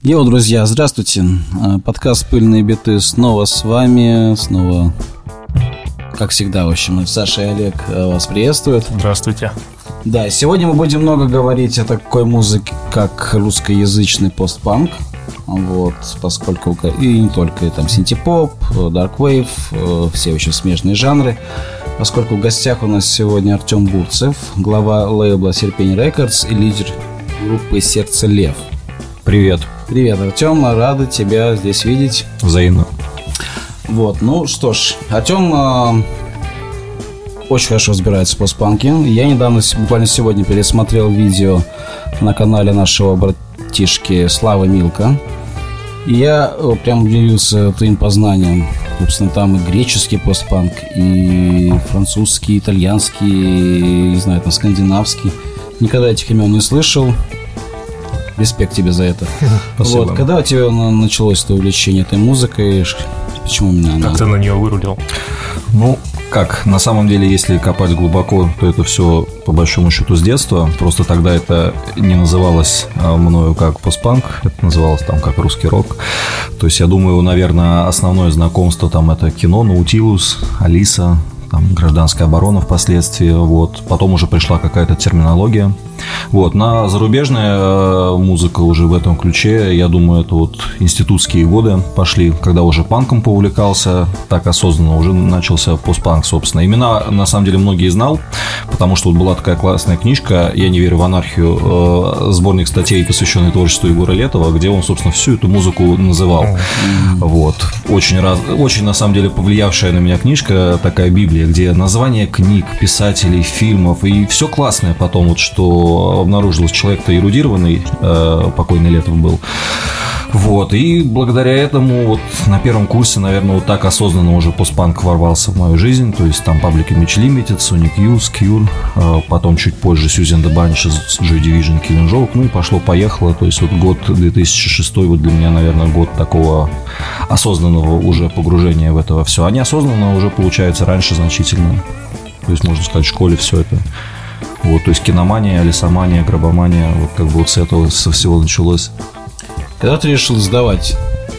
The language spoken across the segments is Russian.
Йоу, друзья, здравствуйте. Подкаст «Пыльные биты» снова с вами. Снова, как всегда, в общем, Саша и Олег вас приветствуют. Здравствуйте. Да, сегодня мы будем много говорить о такой музыке, как русскоязычный постпанк. Вот, поскольку и не только там синти-поп, дарк-вейв, все очень смежные жанры. Поскольку в гостях у нас сегодня Артем Бурцев, глава лейбла Серпень Рекордс и лидер группы Сердце Лев. Привет. Привет, Артем, рады тебя здесь видеть. Взаимно. Вот, ну что ж, Артем очень хорошо разбирается в постпанке. Я недавно, буквально сегодня, пересмотрел видео на канале нашего братишки Славы Милка. И я прям удивился твоим познанием. Собственно, там и греческий постпанк, и французский, итальянский, не знаю, там скандинавский. Никогда этих имен не слышал. Респект тебе за это. Спасибо. Вот, когда у тебя началось это увлечение этой музыкой? Почему именно она? Как ты на нее вырулил? Ну, как, на самом деле, если копать глубоко, то это все по большому счету с детства. Просто тогда это не называлось мною как постпанк, это называлось там как русский рок. То есть, я думаю, наверное, основное знакомство там это кино, Наутилус, Алиса, там, гражданская оборона впоследствии, вот. Потом уже пришла какая-то терминология. Вот. На зарубежная музыка уже в этом ключе, я думаю, это вот институтские годы пошли, когда уже панком поувлекался, так осознанно уже начался постпанк, собственно. Имена, на самом деле, многие знал, потому что вот была такая классная книжка «Я не верю в анархию», сборник статей, посвященный творчеству Егора Летова, где он, собственно, всю эту музыку называл. Вот. Очень, на самом деле, повлиявшая на меня книжка, такая Библия, где названия книг, писателей, фильмов, и все классное потом, вот что обнаружилось, человек-то эрудированный, покойный Летов был. Вот, и благодаря этому вот на первом курсе, наверное, вот так осознанно уже постпанк ворвался в мою жизнь. То есть там Public Image Limited, Sonic Youth, Cure, потом чуть позже Suzy and the Banshees, Joy Division, Killing Joke, ну и пошло-поехало. То есть вот год 2006 вот для меня, наверное, год такого осознанного уже погружения в это все. А неосознанно уже получается раньше значительно. То есть, можно сказать, в школе все это. Вот, то есть киномания, лесомания, гробомания, вот как бы вот с этого со всего началось. Когда ты решил сдавать?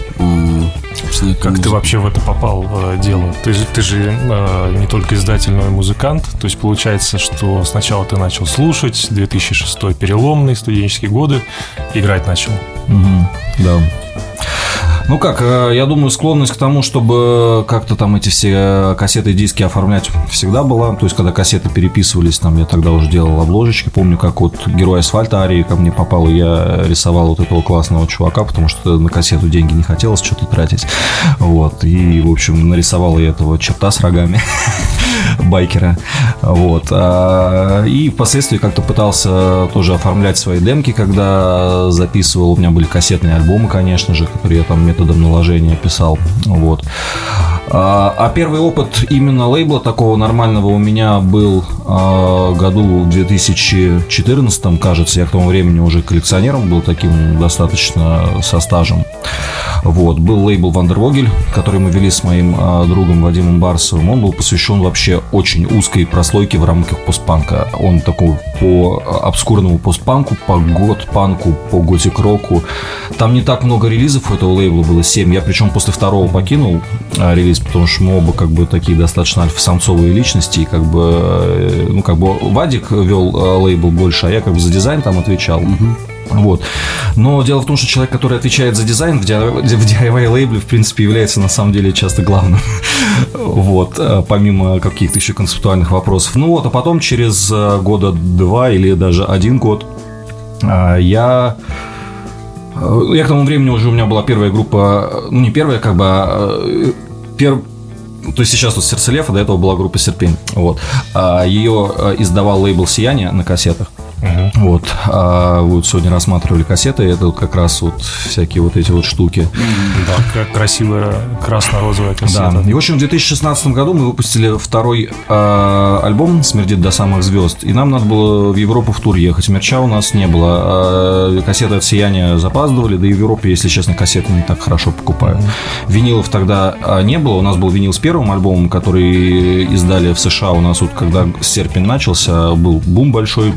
Как ты вообще в это попал, дело? Ты же не только издатель, но и музыкант. То есть получается, что сначала ты начал слушать, 2006 переломные студенческие годы, играть начал. Да. Ну как, я думаю, склонность к тому, чтобы как-то там эти все кассеты и диски оформлять всегда была. То есть, когда кассеты переписывались, там я тогда уже делал обложечки. Помню, как вот «Герой асфальта» Арии ко мне попал, и я рисовал вот этого классного чувака, потому что на кассету деньги не хотелось что-то тратить. Вот, и, в общем, нарисовал я этого черта с рогами, байкера. Вот. И впоследствии как-то пытался тоже оформлять свои демки, когда записывал. У меня были кассетные альбомы, конечно же, которые я там методом наложения писал. Вот. А первый опыт именно лейбла такого нормального у меня был году в 2014, кажется. Я к тому времени уже коллекционером был, таким достаточно со стажем. Вот. Был лейбл Вандервогель, который мы вели с моим другом Вадимом Барсовым. Он был посвящен вообще очень узкой прослойке в рамках постпанка. Он такой по обскурному постпанку, по гот-панку, по готик-року. Там не так много релизов у этого лейбла, было 7. Я причем после второго покинул релиз, потому что мы оба как бы такие достаточно альфа-самцовые личности. И как бы, ну, как бы Вадик вел лейбл больше, а я как бы за дизайн там отвечал. Вот. Но дело в том, что человек, который отвечает за дизайн в DIY лейбле, в принципе, является на самом деле часто главным. Вот. Помимо каких-то еще концептуальных вопросов. Ну вот, а потом через года 2 или даже 1 год я к тому времени уже у меня была первая группа, ну не первая, как бы, то есть сейчас вот «Сердце Лев», а до этого была группа «Серпень». Вот. Ее издавал лейбл «Сияние» на кассетах. Вот. Вот сегодня рассматривали кассеты, это вот как раз вот всякие вот эти вот штуки. Да, красивая красно-розовая кассета. Да. И в общем в 2016 году мы выпустили второй альбом «Смердит до самых звезд», и нам надо было в Европу в тур ехать. Мерча у нас не было, кассеты от «Сияния» запаздывали, да и в Европе, если честно, кассеты не так хорошо покупают. Винилов тогда не было, у нас был винил с первым альбомом, который издали в США. У нас вот когда «Серпень» начался, был бум большой, я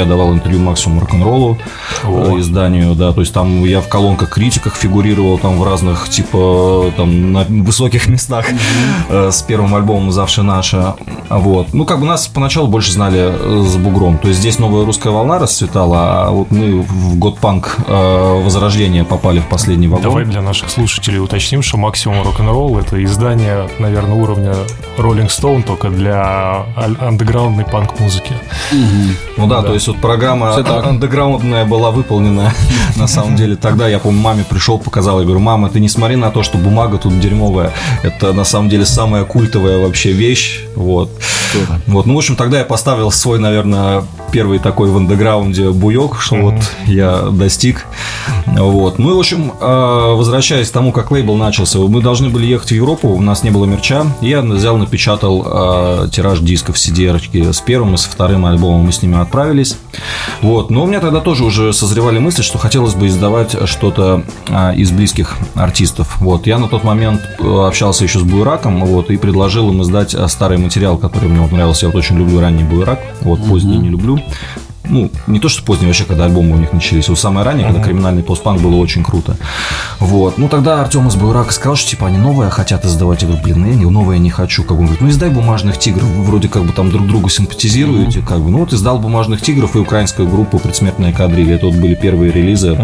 я давал интервью Максимум рок-н-роллу, изданию, да, то есть там я в колонках критиках фигурировал там в разных, типа, там, на высоких местах с первым альбомом «Завше наша». Вот. Ну, как бы нас поначалу больше знали с бугром. То есть здесь новая русская волна расцветала, а вот мы в гот-панк возрождения попали в последний вагон. Давай для наших слушателей уточним, что «Максимум рок-н-ролл» — это издание, наверное, уровня Rolling Stone, только для андеграундной панк-музыки. Ну да, то есть вот программа андеграундная была выполнена на самом деле. Тогда я помню, маме пришел, показал, я говорю: мама, ты не смотри на то, что бумага тут дерьмовая. Это на самом деле самая культовая вообще вещь. Вот. Ну, в общем, тогда я поставил свой, наверное, первый такой в андеграунде буёк, что вот я достиг. Вот. Ну и, в общем, возвращаясь к тому, как лейбл начался, мы должны были ехать в Европу, у нас не было мерча, и я взял, напечатал тираж дисков CD-рочки с первым и со вторым альбомом, мы с ними отправились. Вот. Но у меня тогда тоже уже созревали мысли, что хотелось бы издавать что-то из близких артистов. Вот. Я на тот момент общался еще с Буераком, вот, и предложил им издать старый материал, который мне нравился. Я вот очень люблю ранний Буерак, вот, поздний не люблю. Ну, не то, что поздний, вообще, когда альбомы у них начались. Вот самое раннее, когда криминальный постпанк, было очень круто. Вот. Ну, тогда Артем из Буерака сказал, что, типа, они новое хотят издавать. Я говорю: блин, я новое не хочу. Как бы, он говорит: ну, издай «Бумажных тигров». Вы вроде как бы там друг другу симпатизируете. Как бы. Ну, вот издал «Бумажных тигров» и украинскую группу «Предсмертная кадрилья». Это вот были первые релизы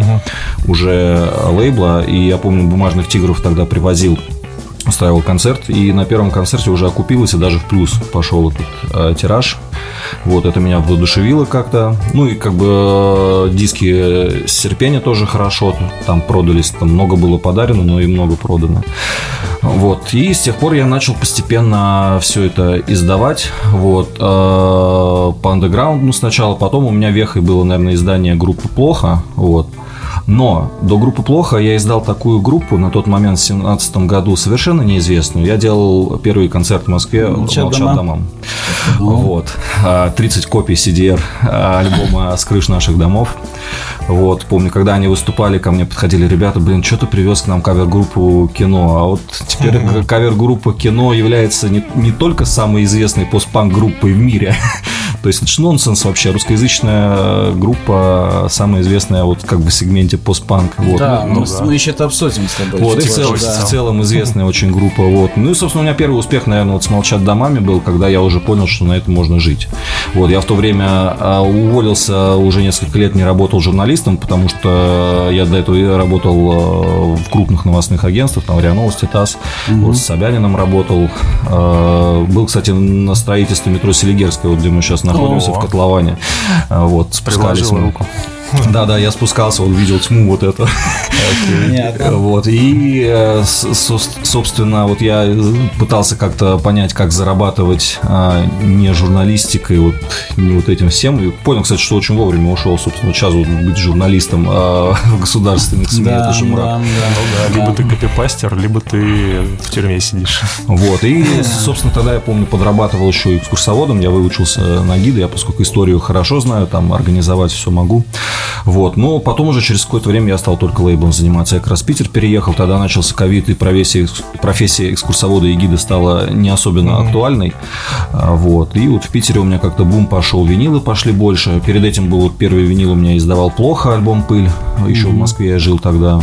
уже лейбла. И я помню, «Бумажных тигров» тогда привозил, устраивал концерт, и на первом концерте уже окупилось, и даже в плюс пошел этот тираж. Вот, это меня воодушевило как-то. Ну, и как бы диски «Серпения» тоже хорошо там продались, там много было подарено, но и много продано. Вот, и с тех пор я начал постепенно все это издавать, вот, по андеграунду сначала, потом у меня вехой было, наверное, издание группы «Плохо», вот. Но до группы «Плохо» я издал такую группу на тот момент, в 2017 году, совершенно неизвестную. Я делал первый концерт в Москве «Молчат домам». Вот. 30 копий CDR альбома «С крыш наших домов». Вот. Помню, когда они выступали, ко мне подходили ребята: блин, что ты привез к нам кавер-группу «Кино». А вот теперь кавер-группа «Кино» является не только самой известной постпанк-группой в мире. То есть это ж нонсенс вообще. Русскоязычная группа, самая известная вот как бы в сегменте постпанк. Вот. Да, мы еще это обсудим с тобой. Вот, и в целом известная очень группа. Вот. Ну и, собственно, у меня первый успех, наверное, вот с «Молчат домами» был, когда я уже понял, что на этом можно жить. Вот. Я в то время уволился, уже несколько лет не работал журналистом, потому что я до этого работал в крупных новостных агентствах, там РИА Новости, ТАСС, вот с Собяниным работал. Был, кстати, на строительстве метро Селигерская, вот где мы сейчас находимся, в котловане. Вот, спускались мы. Да, я спускался, вот видел тьму вот эту. Вот, и, собственно, вот я пытался как-то понять, как зарабатывать не журналистикой, вот, не вот этим всем. И понял, кстати, что очень вовремя ушел, собственно, вот сейчас вот быть журналистом в государственных СМИ, это же мрак. Либо ты копипастер, либо ты в тюрьме сидишь. Вот, и, собственно, тогда я помню, подрабатывал еще экскурсоводом, я выучился на гида, я, поскольку историю хорошо знаю, там, организовать все могу. Вот, но потом уже через какое-то время я стал только лейблом заниматься. Я как раз в Питер переехал, тогда начался ковид, и профессия экскурсовода и гида стала не особенно актуальной. Вот, и вот в Питере у меня как-то бум пошел, винилы пошли больше. Перед этим был вот первый винил у меня издавал «Плохо», альбом «Пыль», еще в Москве я жил тогда.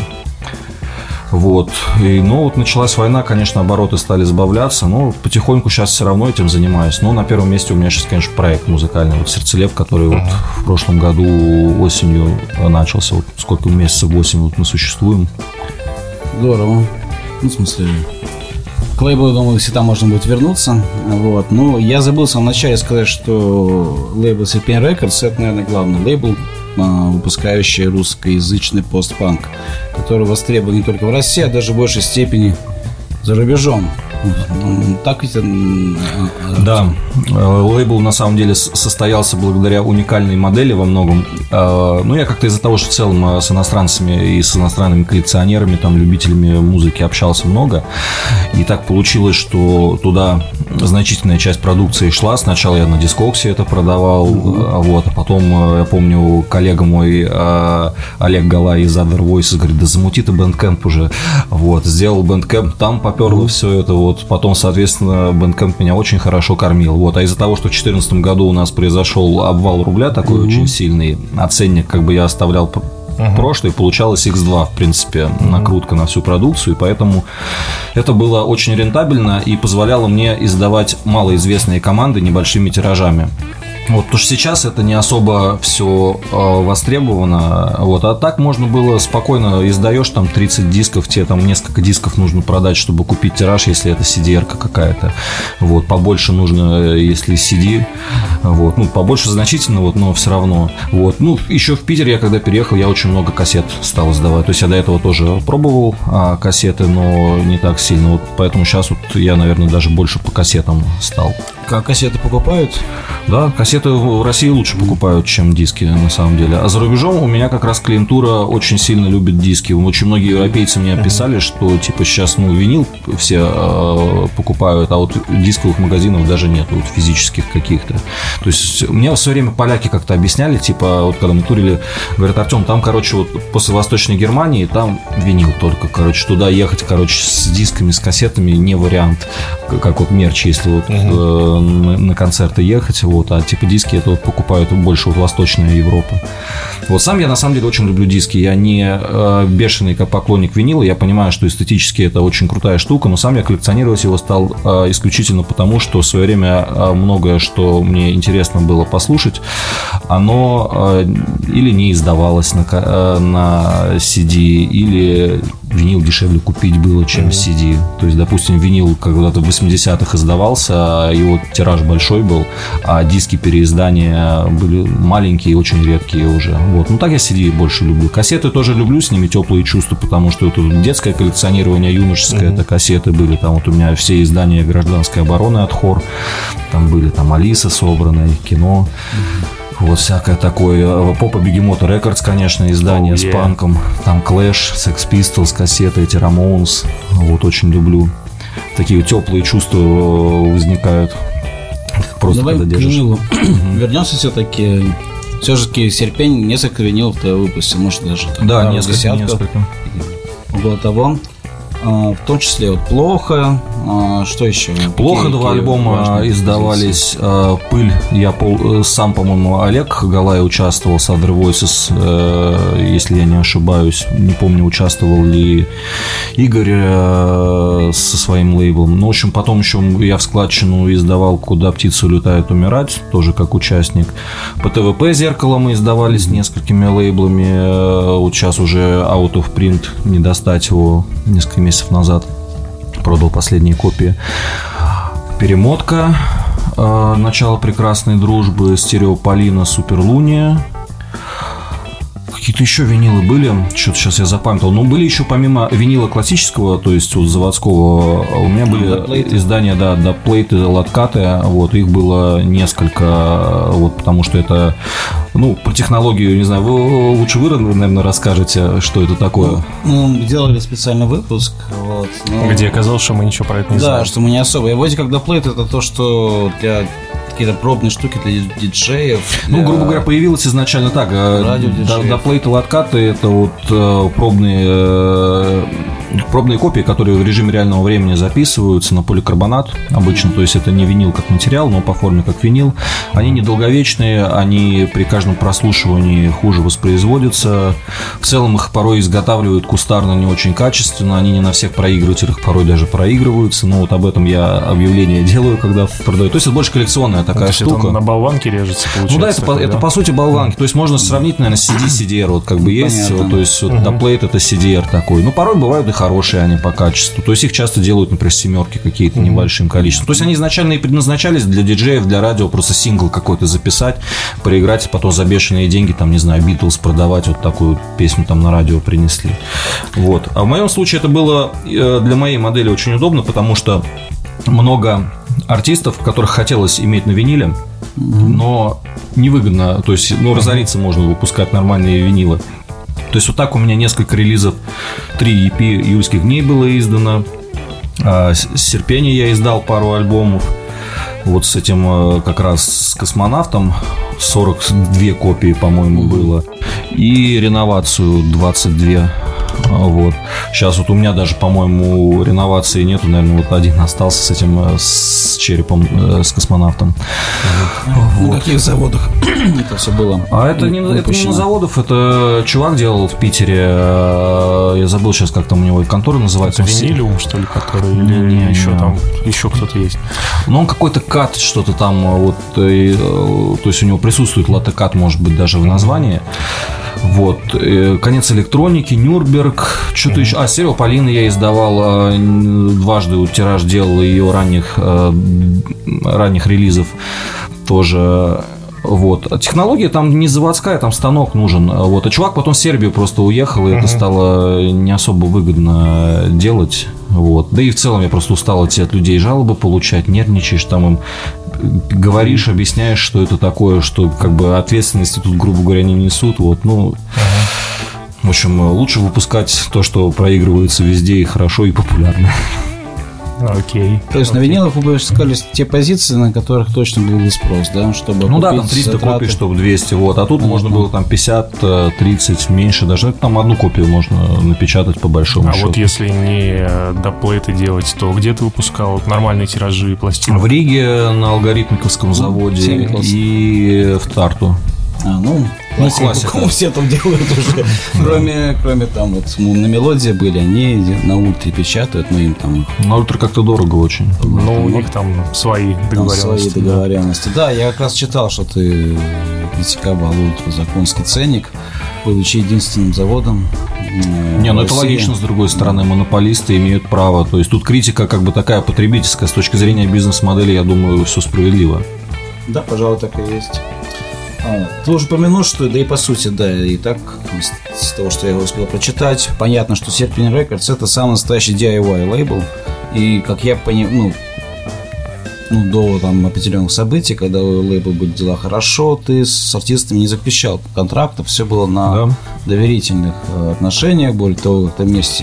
Вот. Но вот началась война, конечно, обороты стали сбавляться, но потихоньку сейчас все равно этим занимаюсь. Но на первом месте у меня сейчас, конечно, проект музыкальный, вот «Сердцелев», который вот в прошлом году осенью начался. Вот сколько месяцев, 8 вот мы существуем. Здорово. Ну, в смысле, к лейблу, думаю, всегда можно будет вернуться. Вот. Но я забыл в самом начале сказать, что лейбл Serpent Records — это, наверное, главный лейбл, выпускающий русскоязычный постпанк, который востребован не только в России, а даже в большей степени за рубежом. Так ведь? Да, лейбл на самом деле состоялся благодаря уникальной модели во многом. Ну, я как-то из-за того, что в целом с иностранцами и с иностранными коллекционерами, там, любителями музыки общался много. И так получилось, что туда значительная часть продукции шла. Сначала я на Дискоксе это продавал, вот, а потом, я помню, коллега мой Олег Галай из Other Voices говорит: да замути ты Bandcamp уже. Вот, сделал Bandcamp, там поперло все это. Вот. вот потом, соответственно, Bandcamp меня очень хорошо кормил. Вот. А из-за того, что в 2014 году у нас произошел обвал рубля такой очень сильный, а ценник как бы я оставлял прошлый, получалось X2, в принципе, накрутка на всю продукцию, и поэтому это было очень рентабельно и позволяло мне издавать малоизвестные команды небольшими тиражами. Вот, потому что сейчас это не особо все востребовано, вот, а так можно было спокойно, издаешь там 30 дисков, тебе там несколько дисков нужно продать, чтобы купить тираж, если это CD-рка какая-то, вот, побольше нужно, если CD, вот, ну, побольше значительно, вот, но все равно, вот, ну, еще в Питер я когда переехал, я очень много кассет стал издавать, то есть я до этого тоже пробовал кассеты, но не так сильно, вот, поэтому сейчас вот я, наверное, даже больше по кассетам стал. Как кассеты покупают? Да, кассеты в России лучше покупают, чем диски, на самом деле. А за рубежом у меня как раз клиентура очень сильно любит диски. Очень многие европейцы мне писали, что типа сейчас, ну, винил все покупают, а вот дисковых магазинов даже нет, вот физических каких-то. То есть мне в свое время поляки как-то объясняли, типа, вот когда мы турили, говорят: Артем, там, короче, вот после Восточной Германии там винил только, короче, туда ехать, короче, с дисками, с кассетами не вариант, как вот мерч, если вот на концерты ехать, вот, а типа диски это вот покупают больше вот Восточная Европа. Вот сам я на самом деле очень люблю диски, я не бешеный как поклонник винила, я понимаю, что эстетически это очень крутая штука, но сам я коллекционировать его стал исключительно потому, что в свое время многое, что мне интересно было послушать, оно или не издавалось на CD, или винил дешевле купить было, чем CD. То есть, допустим, винил когда-то в 80-х издавался, его тираж большой был, а диски переиздания были маленькие и очень редкие уже. Вот. Ну, так я CD больше люблю. Кассеты тоже люблю, с ними теплые чувства, потому что это детское коллекционирование, юношеское, это кассеты были. Там вот у меня все издания «Гражданской обороны» от Хор, там были там «Алиса» собранная, кино. Вот всякое такое. Попа Бегемота Рекордс, конечно, издание с панком. Там Clash, Sex Pistols, кассеты, эти Ramones. Вот очень люблю. Такие теплые чувства возникают. Просто давай когда к держишь. винилу. Вернемся все-таки. Все-таки Серпень несколько винилов ты выпустил, может даже. Да, несколько. Около того. В том числе вот «Плохо», что еще? «Плохо» два альбома издавались. «Пыль» я сам, по-моему, Олег Галай участвовал с Other Voices, если я не ошибаюсь. Не помню, участвовал ли Игорь со своим лейблом. Ну, в общем, потом еще я в складчину издавал «Куда птицы улетают умирать», тоже как участник. По ТВП «Зеркало» мы издавали с несколькими лейблами. Вот сейчас уже out of print, не достать его несколько месяцев назад. Продал последние копии. «Перемотка», «Начало прекрасной дружбы», «Стереополина», «Суперлуния». Какие-то еще винилы были, что-то сейчас я запамятовал. Но были еще помимо винила классического, то есть вот заводского, у меня были издания, да, доплейты, лоткаты, вот, их было несколько, вот, потому что это, ну, про технологию, не знаю, лучше вы, наверное, расскажете, что это такое. Ну, делали специальный выпуск, вот, но... где оказалось, что мы ничего про это не знаем. Да, что мы не особо. И вроде как доплейт — это то, что для какие-то пробные штуки для диджеев. Ну, грубо говоря, появилось изначально так. Доплейты, лоткаты — это вот пробные копии, которые в режиме реального времени записываются на поликарбонат обычно, то есть это не винил как материал, но по форме как винил. Они недолговечные, они при каждом прослушивании хуже воспроизводятся. В целом их порой изготавливают кустарно, не очень качественно, они не на всех проигрывателях порой даже проигрываются, но вот об этом я объявление делаю, когда продаю. То есть это больше коллекционная такая штука. На болванке режется, получается. Ну да, это по сути болванки. То есть можно сравнить, наверное, CD, CDR, вот как бы есть. Вот, то есть вот доплейт — это CDR такой. Но порой бывают и хорошие они по качеству. То есть их часто делают, например, семерки какие-то небольшим количеством. То есть они изначально и предназначались для диджеев, для радио, просто сингл какой-то записать, проиграть, и потом за бешеные деньги, там, не знаю, Битлз продавать, вот такую песню там на радио принесли. Вот. А в моем случае это было для моей модели очень удобно, потому что много артистов, которых хотелось иметь на виниле, но невыгодно, то есть, ну, разориться можно выпускать нормальные винилы. То есть вот так у меня несколько релизов, 3 EP «Июльских дней» было издано, с «Серпения» я издал пару альбомов, вот с этим как раз с «Космонавтом» 42 копии, по-моему, было, и «Реновацию» 22 Вот. Сейчас вот у меня даже, по-моему, реновации нету, наверное, вот один остался с этим, с черепом, с космонавтом. На каких заводах это все было? А это не на заводах, это чувак делал в Питере, я забыл сейчас, как там у него контора называется. Это Винилиум, что ли, который, или еще кто-то есть? Ну, он какой-то кат, что-то там, вот, то есть у него присутствует латте-кат, может быть, даже в названии. Вот, конец электроники, Нюрнберг, что-то еще. Стерео Полина я издавал дважды, тираж делал ее ранних релизов тоже. Вот. Технология там не заводская, там станок нужен. Вот. А чувак потом в Сербию просто уехал, и это стало не особо выгодно делать. Вот. Да и в целом я просто устал от людей жалобы получать, нервничаешь, там им говоришь, объясняешь, что это такое, что как бы ответственности тут, грубо говоря, не несут. Вот. Ну, в общем, лучше выпускать то, что проигрывается везде и хорошо, и популярно. Окей. То есть на винилах вы бы искали те позиции, на которых точно был бы спрос, да? Чтобы ну да, там 300 копий, чтобы 200, вот. А тут можно было там 50, 30, меньше даже. Там одну копию можно напечатать по большому счету. А вот если не доплейты делать, то где ты выпускал нормальные тиражи пластинок? В Риге на Алгоритмиковском заводе и в Тарту. Классику все там делают уже. Кроме там вот на Мелодии были, они на Ультре печатают, но им там... На Ультре как-то дорого очень. Но у них там свои договоренности. Свои договоренности. Да, я как раз читал, что ты критиковал Ультру за конский ценник, будучи единственным заводом. Не, ну это логично, с другой стороны, монополисты имеют право. То есть тут критика как бы такая потребительская. С точки зрения бизнес-модели, я думаю, все справедливо. Да, пожалуй, так и есть. Ты уже упомянул, что, да и по сути, да, и так, с того, что я успел прочитать, понятно, что Serpent Records — это самый настоящий DIY лейбл. И, как я понял, до там определенных событий, когда у лейбла будет дела хорошо, ты с артистами не заключал контрактов, все было на доверительных отношениях. Более того, в этом месте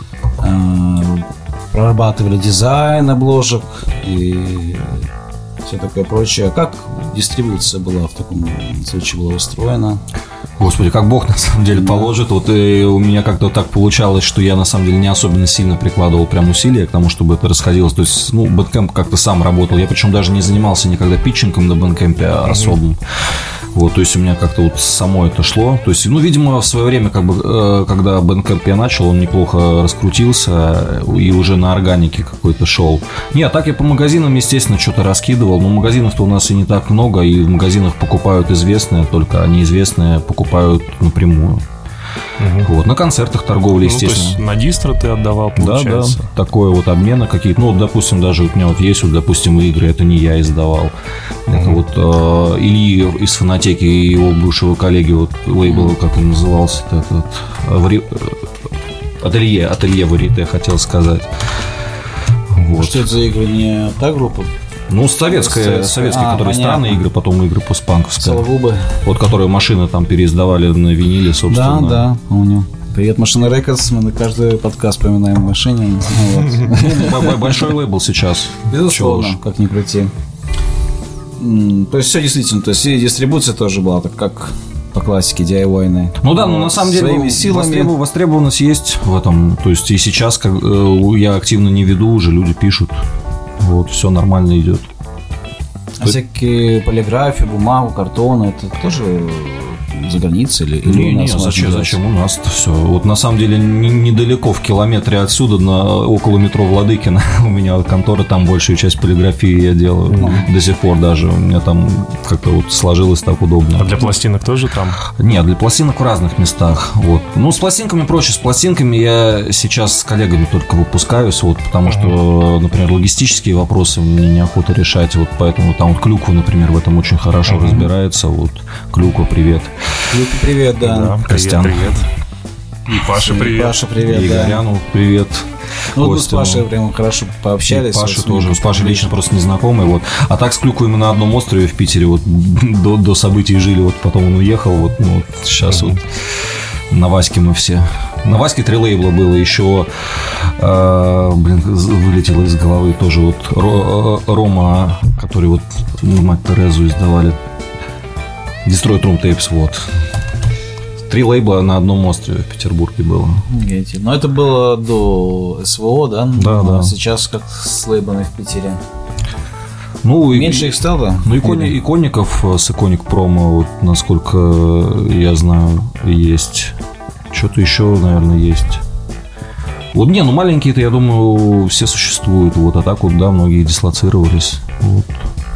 прорабатывали дизайн обложек и все такое прочее. Как дистрибуция была в таком случае была устроена? Господи, как Бог на самом деле положит. Вот и у меня как-то так получалось, что я на самом деле не особенно сильно прикладывал прям усилия к тому, чтобы это расходилось. То есть, Bandcamp как-то сам работал. Я причем даже не занимался никогда питчингом на Bandcamp особым. Вот, то есть у меня как-то вот само это шло. То есть, видимо, в свое время, как бы, когда Bandcamp я начал, он неплохо раскрутился и уже на органике какой-то шел. Не, а так я по магазинам, естественно, что-то раскидывал. Но магазинов-то у нас и не так много, и в магазинах покупают известные, только неизвестные покупают напрямую. Вот, на концертах торговли, естественно. То есть на дистро ты отдавал, получается? Да. Такое вот обмена какие-то. допустим, даже у меня вот есть, допустим, игры, это не я издавал. Это вот Ильи из Фонотеки и его бывшего коллеги, вот лейбл, как он назывался, Ателье Варите, я хотел сказать. Вот. Что это за игры? Не та группа? Советские, которые странные игры, потом игры постпанковские. Сологубы. Вот, которые машины там переиздавали на виниле, собственно. Да, помню. Привет, Машина Рекордс. Мы на каждый подкаст вспоминаем машине. Большой лейбл сейчас. Безусловно, как ни крути. То есть все действительно, то есть и дистрибуция тоже была, так как по классике DIY-ной. На самом деле востребованность есть в этом. То есть и сейчас, как я активно не веду, уже люди пишут. Вот, все нормально идет. Всякие полиграфии, бумагу, картон, это тоже за границей или зачем у нас это все? Вот на самом деле недалеко, в километре отсюда, около метро Владыкина, у меня контора, там большую часть полиграфии я делаю. До сих пор даже. У меня там как-то вот сложилось так удобно. А для пластинок тоже там? Нет, для пластинок в разных местах. Вот. С пластинками проще. С пластинками я сейчас с коллегами только выпускаюсь, вот, потому что, например, логистические вопросы мне неохота решать. Вот, поэтому там вот Клюква, например, в этом очень хорошо разбирается. Вот, Клюква, привет. Клюква, привет, да. Костян. Привет. И Паша, привет. Паша, привет, и Игоряну, привет. Мы с Пашей прямо хорошо пообщались. И Паша тоже. С Пашей лично просто незнакомый. Вот. А так с Клюквой мы на одном острове в Питере вот до событий жили. Вот потом он уехал. Вот, сейчас вот на Ваське мы все. На Ваське 3 лейбла было. Еще вылетело из головы тоже вот Рома, который вот мать Терезу издавали. Destroy Room Tapes, вот. 3 лейбла на одном острове в Петербурге было. Но это было до СВО, да? Да. Сейчас как с лейблами в Питере. Ну, меньше их стало? Ну, икоников с Iconic Promo, вот, насколько я знаю, есть. Что-то еще, наверное, есть. Вот, не, ну, маленькие-то, я думаю, все существуют. Вот, а так вот, да, многие дислоцировались. Вот.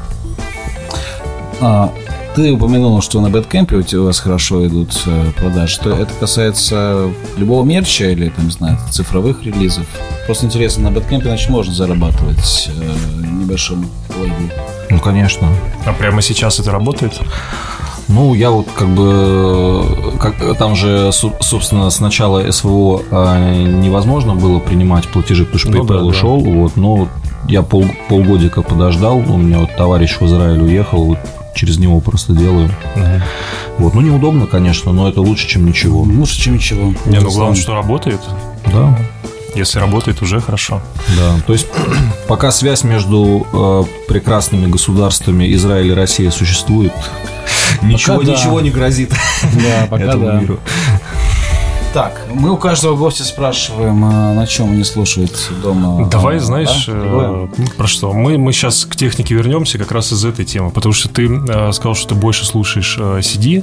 Ты упомянул, что на Бэдкэмпе у вас хорошо идут продажи. Что это касается любого мерча или, там, не знаю, цифровых релизов? Просто интересно, на Бэдкэмпе, значит, можно зарабатывать небольшим лейблом. Ну, конечно. А прямо сейчас это работает? Ну, я вот как бы... там же, собственно, с начала СВО невозможно было принимать платежи, потому что PayPal ушел. Да. Вот, но я полгодика подождал. У меня вот товарищ в Израиль уехал. Вот, через него просто делаю. Вот. Ну, неудобно, конечно, но это лучше, чем ничего. Лучше, чем ничего. Не, ну, главное, что работает. Да. Если работает, уже хорошо. Да, то есть пока связь между прекрасными государствами Израиль и Россия существует, ничего не грозит этому миру. Так, мы у каждого гостя спрашиваем, на чем они слушают дома. Давай, знаешь, про что? Мы сейчас к технике вернемся как раз из этой темы, потому что ты сказал, что ты больше слушаешь CD.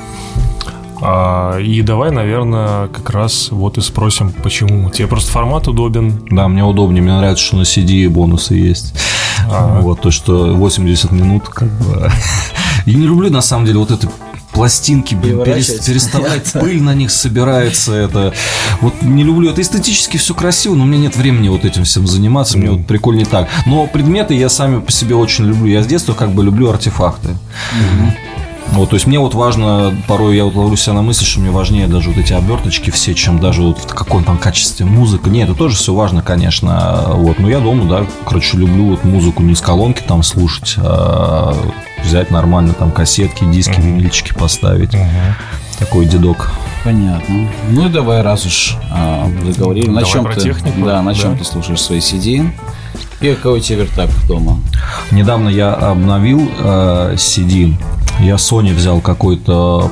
И давай, наверное, как раз вот и спросим, почему. Тебе просто формат удобен? Да, мне удобнее. Мне нравится, что на CD бонусы есть. Вот то, что 80 минут, как бы. Я не люблю, на самом деле, вот это пластинки, переставлять, пыль на них собирается. Это вот не люблю. Это эстетически все красиво, но у меня нет времени вот этим всем заниматься. Мне вот прикольнее так. Но предметы я сами по себе очень люблю. Я с детства как бы люблю артефакты. Вот, то есть мне вот важно, порой я вот ловлю себя на мысли, что мне важнее даже вот эти оберточки все, чем даже вот в каком там качестве музыка. Не, это тоже все важно, конечно. Вот, но я дома, да, короче, люблю вот музыку не из колонки там слушать, а взять нормально там кассетки, диски, винильчики поставить. Такой дедок. Понятно. Ну и давай, раз уж заговорили, на чем ты, технику, на чем ты слушаешь свои CD? И какой у тебя вертак дома? Недавно я обновил CD. Я Sony взял какой-то,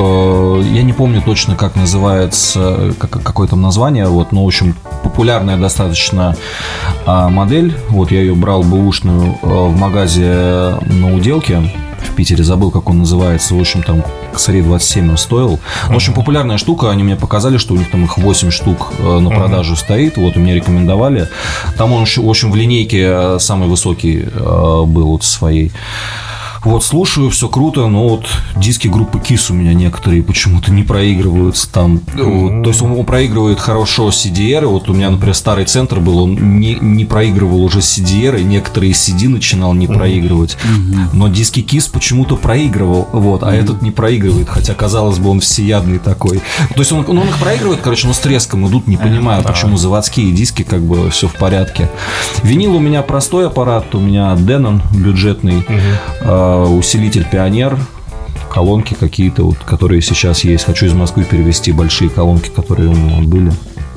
я не помню точно, как называется, какое там название, вот, но, в общем, популярная достаточно модель. Вот я ее брал бэушную в магазе на Уделке в Питере, забыл, как он называется. В общем, там косарей 27 он стоил. В общем, популярная штука. Они мне показали, что у них там их 8 штук на продажу стоит. Вот, и мне рекомендовали. Там он, в общем, в линейке самый высокий был вот своей. Вот, слушаю, все круто, но вот диски группы KISS у меня некоторые почему-то не проигрываются там. Вот, то есть он проигрывает хорошо CDR. Вот у меня, например, старый центр был, он не проигрывал уже CDR, и некоторые CD начинал не проигрывать. Но диски KISS почему-то проигрывал, вот, а этот не проигрывает, хотя, казалось бы, он всеядный такой. То есть он их проигрывает, короче, но с треском идут, не понимаю, почему заводские диски, как бы, все в порядке. Винил у меня простой аппарат, у меня Denon бюджетный, усилитель Пионер, колонки какие-то, вот, которые сейчас есть. Хочу из Москвы перевезти большие колонки, которые у меня были.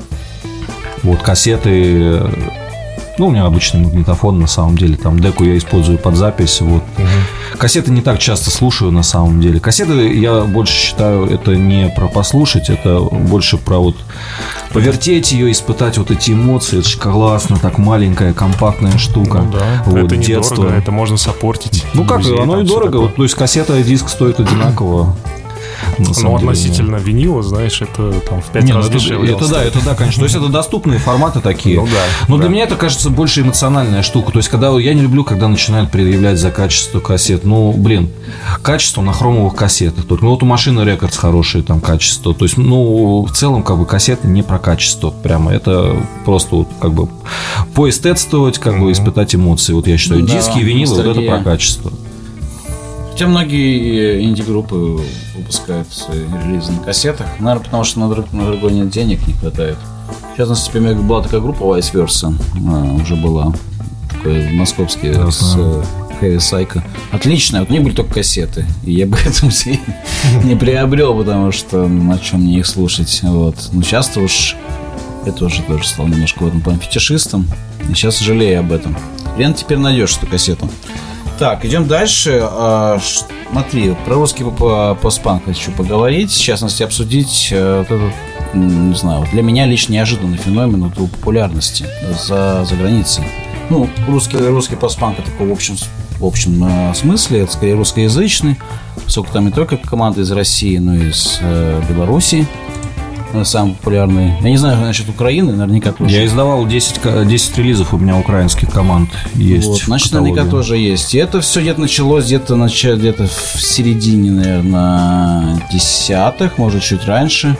Вот, кассеты. Ну, у меня обычный магнитофон, на самом деле. Там деку я использую под запись. Вот. Кассеты не так часто слушаю, на самом деле. Кассеты, я больше считаю, это не про послушать, это больше про вот повертеть ее, испытать вот эти эмоции. Это же классно, так маленькая, компактная штука. Ну, да. Вот, это детство. Недорого, это можно саппортить. Ну как, оно и дорого. Вот, то есть кассета и диск стоят одинаково. Но относительно винила, знаешь, это там в 5 раз дешевле. Это да, конечно. То есть это доступные форматы такие. Ну, да, но для меня это, кажется, больше эмоциональная штука. То есть, когда я не люблю, когда начинают предъявлять за качество кассет. Ну, блин, качество на хромовых кассетах. Ну, вот у машины Records хорошее там качество. То есть, ну, в целом, как бы, кассеты не про качество. Прямо это просто вот, как бы, поэстетствовать, как бы, испытать эмоции. Вот я считаю, диски и винилы, вот это про качество. Хотя многие инди-группы выпускают релизы на кассетах. Наверное, потому что на другой нет денег, не хватает. В частности, например, была такая группа Vice Versa. Уже была. Такая московская с Heavy Psycho. Отличная. Вот у них были только кассеты. И я бы этому не приобрел, потому что на чем мне их слушать. Вот. Но часто уж я тоже стал немножко в этом плане фетишистом. И сейчас жалею об этом. Хрен теперь найдешь эту кассету. Так, идем дальше. Смотри, про русский постпанк хочу поговорить. В частности, обсудить вот этот, не знаю, для меня лично неожиданный феномен вот его популярности за границей. Ну, русский постпанк такой в общем смысле, это скорее русскоязычный, поскольку там не только команды из России, но и из Белоруссии. Самый популярный. Я не знаю насчет Украины, наверняка тоже. Я издавал 10 релизов у меня украинских команд есть. Вот, значит, наверняка тоже есть. И это все где-то началось где-то в середине, наверное, 10-х, может, чуть раньше.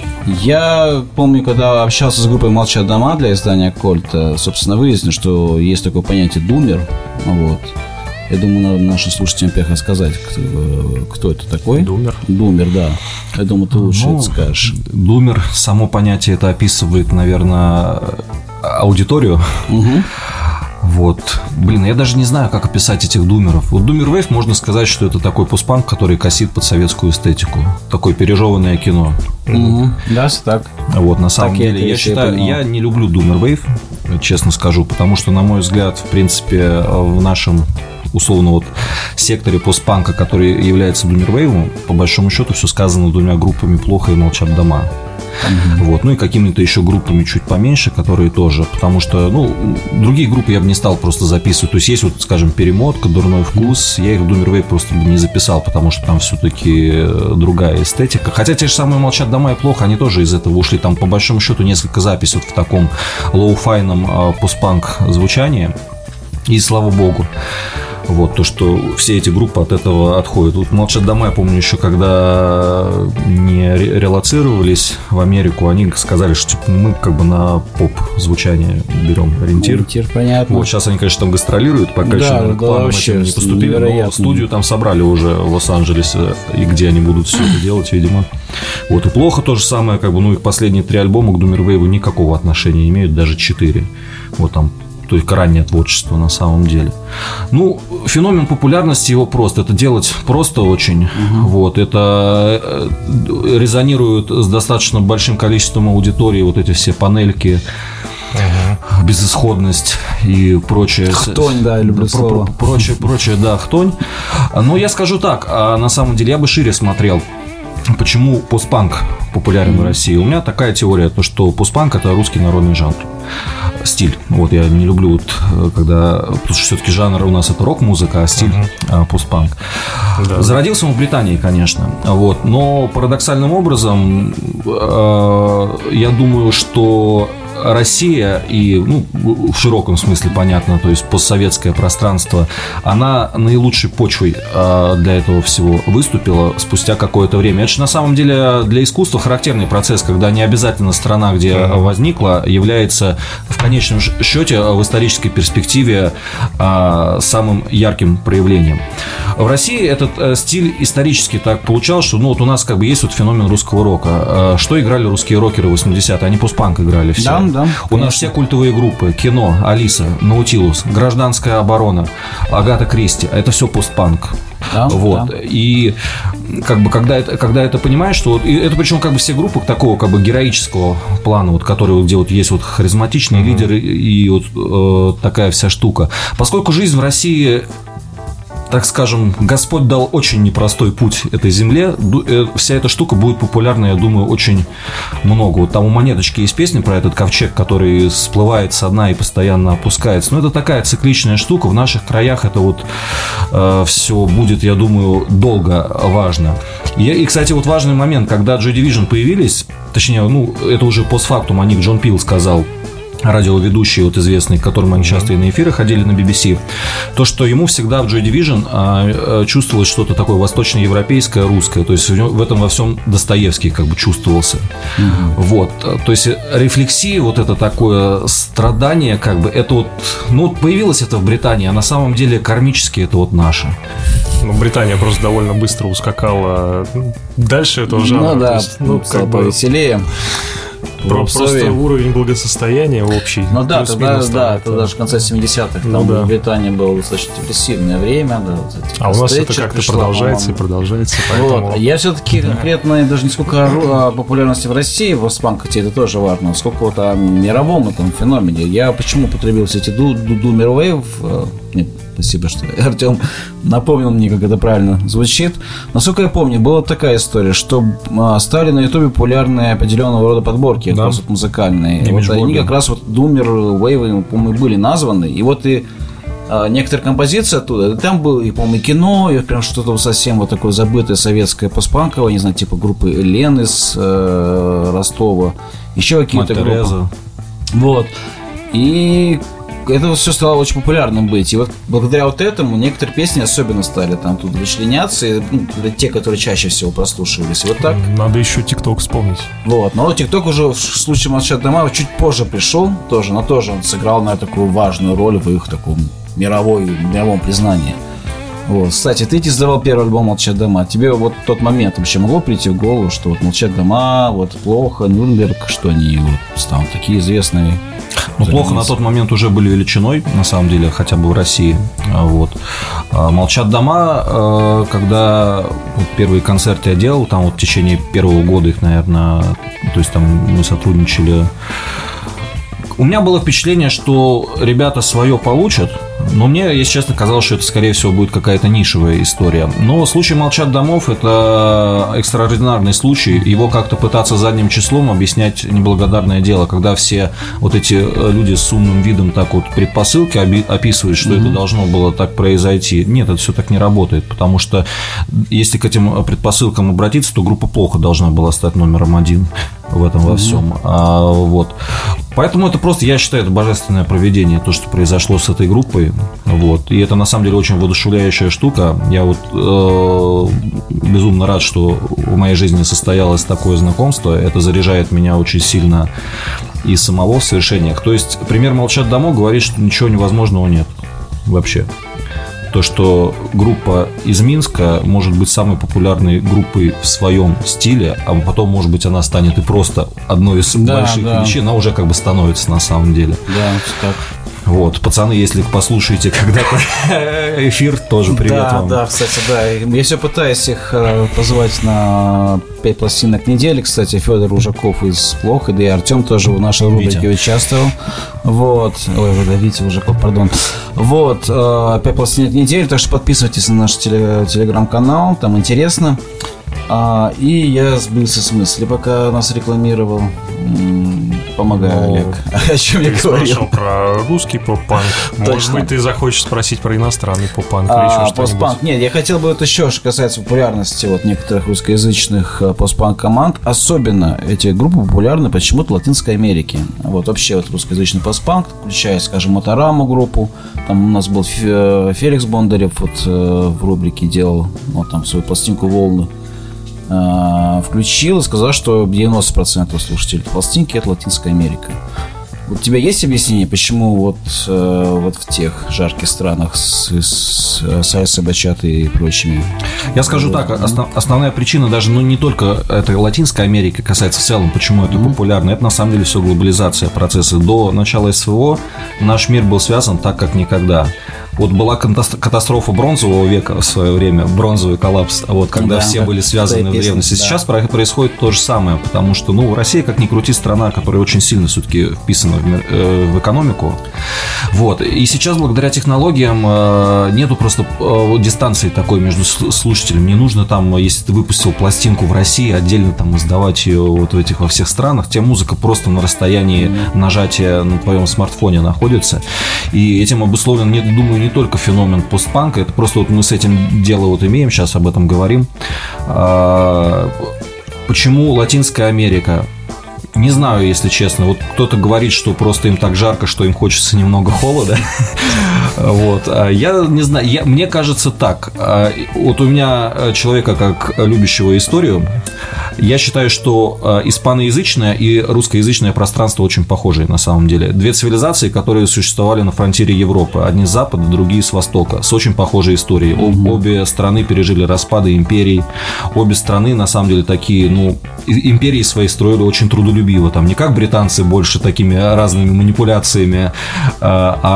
Я помню, когда общался с группой «Молчат дома» для издания «Кольта», собственно, выяснил, что есть такое понятие «думер». Вот. Я думаю, надо нашим слушателям первых рассказать, кто это такой. Думер? Думер, да. Я думаю, ты лучше это скажешь. Думер, само понятие это описывает, наверное, аудиторию. Угу. Вот. Блин, я даже не знаю, как описать этих думеров. Вот Думер Вейв, можно сказать, что это такой постпанк, который косит под советскую эстетику. Такое пережеванное кино. Угу. Да, так. Вот, на самом деле, я считаю, я не люблю Думер Вейв, честно скажу, потому что, на мой взгляд, в принципе, в нашем условно вот секторе постпанка, который является Думервейвом, по большому счету все сказано двумя группами «Плохо» и «Молчат дома». Вот. Ну и какими-то еще группами чуть поменьше, которые тоже, потому что, другие группы я бы не стал просто записывать. То есть есть вот, скажем, «Перемотка», «Дурной вкус», я их в Думервейв просто бы не записал, потому что там все-таки другая эстетика. Хотя те же самые «Молчат дома» и «Плохо», они тоже из этого ушли. Там по большому счету несколько записей вот в таком лоу-файном постпанк звучании. И слава богу. Вот, то, что все эти группы от этого отходят. Вот «Молчат дома», я помню, еще когда не релоцировались в Америку, они сказали, что типа, мы как бы на поп-звучание берем ориентир. Ориентир, понятно. Вот, сейчас они, конечно, там гастролируют, пока еще к планам этим не поступили, но студию там собрали уже в Лос-Анджелесе, и где они будут все это делать, видимо. Вот, и «Плохо» то же самое, как бы, их последние 3 альбома к Думервейву никакого отношения не имеют, даже 4. Вот там, то есть раннее творчество на самом деле. Феномен популярности его просто. Это делать просто очень. Вот. Это резонирует с достаточно большим количеством аудитории. Вот эти все панельки, безысходность и прочее. Хтонь, да, я люблю слово. Прочее, да, хтонь. Но я скажу так, на самом деле я бы шире смотрел. Почему постпанк популярен в России? У меня такая теория, то, что постпанк – это русский народный жанр. Стиль. Вот я не люблю, потому что все-таки жанр у нас это рок-музыка, а стиль постпанк. Да. Зародился он в Британии, конечно. Вот, но парадоксальным образом я думаю, что Россия и, в широком смысле понятно, то есть постсоветское пространство, она наилучшей почвой для этого всего выступила спустя какое-то время. Это же на самом деле для искусства характерный процесс, когда не обязательно страна, где возникла, является в конечном счете в исторической перспективе самым ярким проявлением. В России этот стиль исторически так получал, что у нас как бы есть вот феномен русского рока. Что играли русские рокеры в 80-е? Они постпанк играли все. Да, у нас все культовые группы: Кино, Алиса, Наутилус, Гражданская оборона, Агата Кристи. Это все постпанк. Да, вот. Да. И как бы когда это понимаешь, что это причем как бы все группы такого как бы героического плана, вот, которые где вот есть вот харизматичные лидеры и вот такая вся штука. Поскольку жизнь в России, так скажем, Господь дал очень непростой путь этой земле, вся эта штука будет популярна, я думаю, очень много. Вот там у Монеточки есть песня про этот ковчег, который всплывает со дна и постоянно опускается. Но это такая цикличная штука. В наших краях это вот все будет, я думаю, долго важно. И, кстати, вот важный момент, когда Joy Division появились, точнее, это уже постфактум, о них Джон Пил сказал, радиоведущий, вот известный, к которому они часто и на эфиры ходили на BBC, то, что ему всегда в Joy Division чувствовалось что-то такое восточноевропейское, русское, то есть в этом во всем Достоевский как бы чувствовался. Вот, то есть рефлексия, вот это такое страдание, как бы, это вот, появилось это в Британии, а на самом деле кармически это вот наше. Британия просто довольно быстро ускакала дальше этого жанра. Ну да, как бы повеселее. Просто уровень благосостояния общий. Ну да, это даже в конце 70-х. Там в Британии было достаточно депрессивное время. Да, а у нас это как-то продолжается и продолжается. Поэтому... Вот. Я все-таки конкретно даже не сколько о популярности в России, в постпанке, это тоже важно, сколько вот о мировом этом феномене. Я почему потребил все эти Думервейв, Спасибо, что Артем напомнил мне, как это правильно звучит. Насколько я помню, была такая история, что стали на Ютубе популярные определенного рода подборки, да, музыкальные. Вот они как раз вот Думер, Вейвы, по-моему, были названы. И вот и некоторые композиции оттуда, там было, и, по-моему, и кино, и прям что-то совсем вот такое забытое советское постпанковое, не знаю, типа группы Лен из Ростова, еще какие-то группы. Вот. И это все стало очень популярным быть. И вот благодаря вот этому некоторые песни особенно стали там тут вычленяться. И, это те, которые чаще всего прослушивались. И вот так. Надо еще ТикТок вспомнить. Вот. Но ТикТок уже в случае «Молчат дома» чуть позже пришел тоже, но тоже он сыграл, наверное, такую важную роль в их таком мировом признании. Вот. Кстати, ты издавал первый альбом «Молчат дома». Тебе вот в тот момент вообще могло прийти в голову, что вот «Молчат дома», вот «Плохо», «Нюрнберг», что они вот станут такие известные? Ну, «Плохо» на тот момент уже были величиной, на самом деле, хотя бы в России. Вот. «Молчат дома», когда вот первые концерты я делал, там вот в течение первого года их, наверное, то есть там мы сотрудничали. У меня было впечатление, что ребята свое получат, но мне, если честно, казалось, что это, скорее всего, будет какая-то нишевая история. Но случай «Молчат домов» – это экстраординарный случай. Его как-то пытаться задним числом объяснять неблагодарное дело, когда все вот эти люди с умным видом так вот предпосылки описывают, что это должно было так произойти. Нет, это все так не работает, потому что если к этим предпосылкам обратиться, то группа «Плохо» должна была стать номером один в этом во всем. Вот. Поэтому это просто, я считаю, это божественное провидение, то, что произошло с этой группой. Вот. И это на самом деле очень воодушевляющая штука. Я вот безумно рад, что в моей жизни состоялось такое знакомство. Это заряжает меня очень сильно и самого в совершениях. То есть пример «Молчат дома» говорит, что ничего невозможного нет вообще. То, что группа из Минска может быть самой популярной группой в своем стиле, а потом, может быть, она станет и просто одной из больших величин, она уже как бы становится на самом деле. Да, так. Вот, пацаны, если послушаете когда-то эфир, тоже привет вам. Да, кстати, да. Я все пытаюсь их позвать на 5 пластинок недели. Кстати, Федор Ужаков из «Плохо», да и Артем тоже в нашей рубрике участвовал. Вот. Ой, вы, да, Витя Ужаков, пардон. Вот, 5 пластинок недели, так что подписывайтесь на наш телеграм-канал, там интересно. И я сбился с мысли, пока нас рекламировал. Помогаю, Олег. О чем я говорил? Ты спрашивал про русский поп-панк. Может быть, ты захочешь спросить про иностранный поп-панк или еще что-нибудь? Постпанк. Нет, я хотел бы вот еще, что касается популярности вот некоторых русскоязычных постпанк-команд. Особенно эти группы популярны почему-то в Латинской Америке. Вот вообще вот русскоязычный постпанк, включая, скажем, Мотораму группу. Там у нас был Феликс Бондарев вот в рубрике делал вот там свою пластинку «Волны». Включил и сказал, что 90% слушателей пластинки — это Латинская Америка. Вот у тебя есть объяснение, почему вот в тех жарких странах с Сальсой, бачатой и прочими? Я скажу так, основная причина даже не только этой Латинской Америки касается в целом, почему это популярно. Это на самом деле все глобализация процесса. До начала СВО наш мир был связан так, как никогда. Вот была катастрофа бронзового века в свое время, бронзовый коллапс, вот, когда все были связаны в древности. Сейчас происходит то же самое, потому что, Россия, как ни крути, страна, которая очень сильно все-таки вписана в экономику. Вот. И сейчас, благодаря технологиям, нету просто дистанции такой между слушателем. Не нужно там, если ты выпустил пластинку в России, отдельно там издавать ее вот во всех странах. Тебе музыка просто на расстоянии нажатия на твоем смартфоне находится. И этим обусловлен, думаю, не только феномен постпанка, это просто вот мы с этим дело вот имеем, сейчас об этом говорим. Почему Латинская Америка? Не знаю, если честно. Вот кто-то говорит, что просто им так жарко, что им хочется немного холода. Вот. Я не знаю. Мне кажется так. Вот у меня человека, как любящего историю, я считаю, что испаноязычное и русскоязычное пространство очень похожие на самом деле. Две цивилизации, которые существовали на фронтире Европы. Одни с запада, другие с востока. С очень похожей историей. Обе страны пережили распады империй. Обе страны, на самом деле, такие, империи свои строили очень трудолюбиво. Там не как британцы больше такими разными манипуляциями, а вот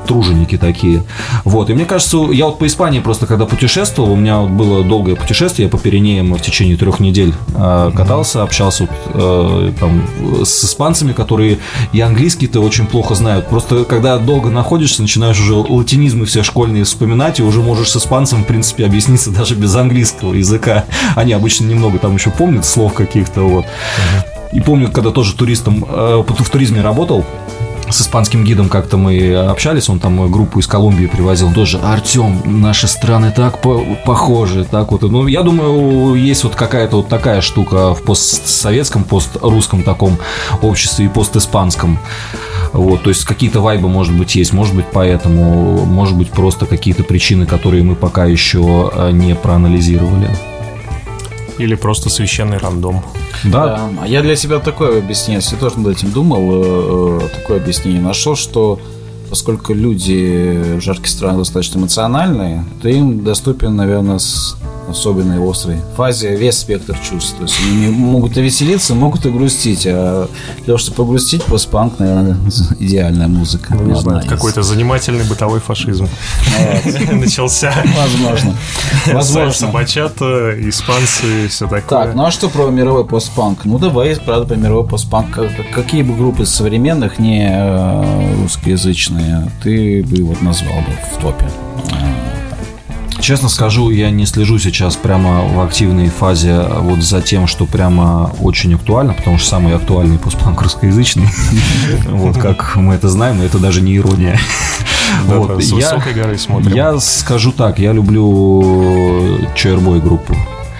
труженики такие. Вот. И мне кажется, я вот по Испании просто когда путешествовал, у меня вот было долгое путешествие, я по Пиренеям в течение 3 недель катался, общался там с испанцами, которые и английский-то очень плохо знают. Просто когда долго находишься, начинаешь уже латинизмы все школьные вспоминать, и уже можешь с испанцем, в принципе, объясниться даже без английского языка. Они обычно немного там еще помнят слов каких-то, вот. И помню, когда тоже туристом в туризме работал, с испанским гидом как-то мы общались, он там группу из Колумбии привозил, он тоже: Артем, наши страны так похожи, так вот. Ну, я думаю, есть вот какая-то вот такая штука в постсоветском, пострусском таком обществе и постиспанском. Вот, то есть какие-то вайбы, может быть, есть, может быть, поэтому, может быть, просто какие-то причины, которые мы пока еще не проанализировали. Или просто священный рандом. Да. А я для себя такое объяснение, я тоже над этим думал, такое объяснение нашел, что поскольку люди в жарких странах достаточно эмоциональные, то им доступен, наверное, с особенной острой фазе весь спектр чувств. То есть они могут и веселиться, могут и грустить. А для того, чтобы погрустить, постпанк, наверное, идеальная музыка. Ну, знаю, какой-то занимательный бытовой фашизм начался. Возможно. Бачата, испанцы, все такое. Так, ну а что про мировой постпанк? Ну давай, правда, про мировой постпанк. Какие бы группы современных, не русскоязычные, ты бы вот назвал бы в топе? Честно скажу, я не слежу сейчас прямо в активной фазе вот за тем, что прямо очень актуально, потому что самый актуальный постпанк русскоязычный, вот как мы это знаем, но это даже не ирония. С высокой горы смотрим. Я скажу так, я люблю Чойрбой группу.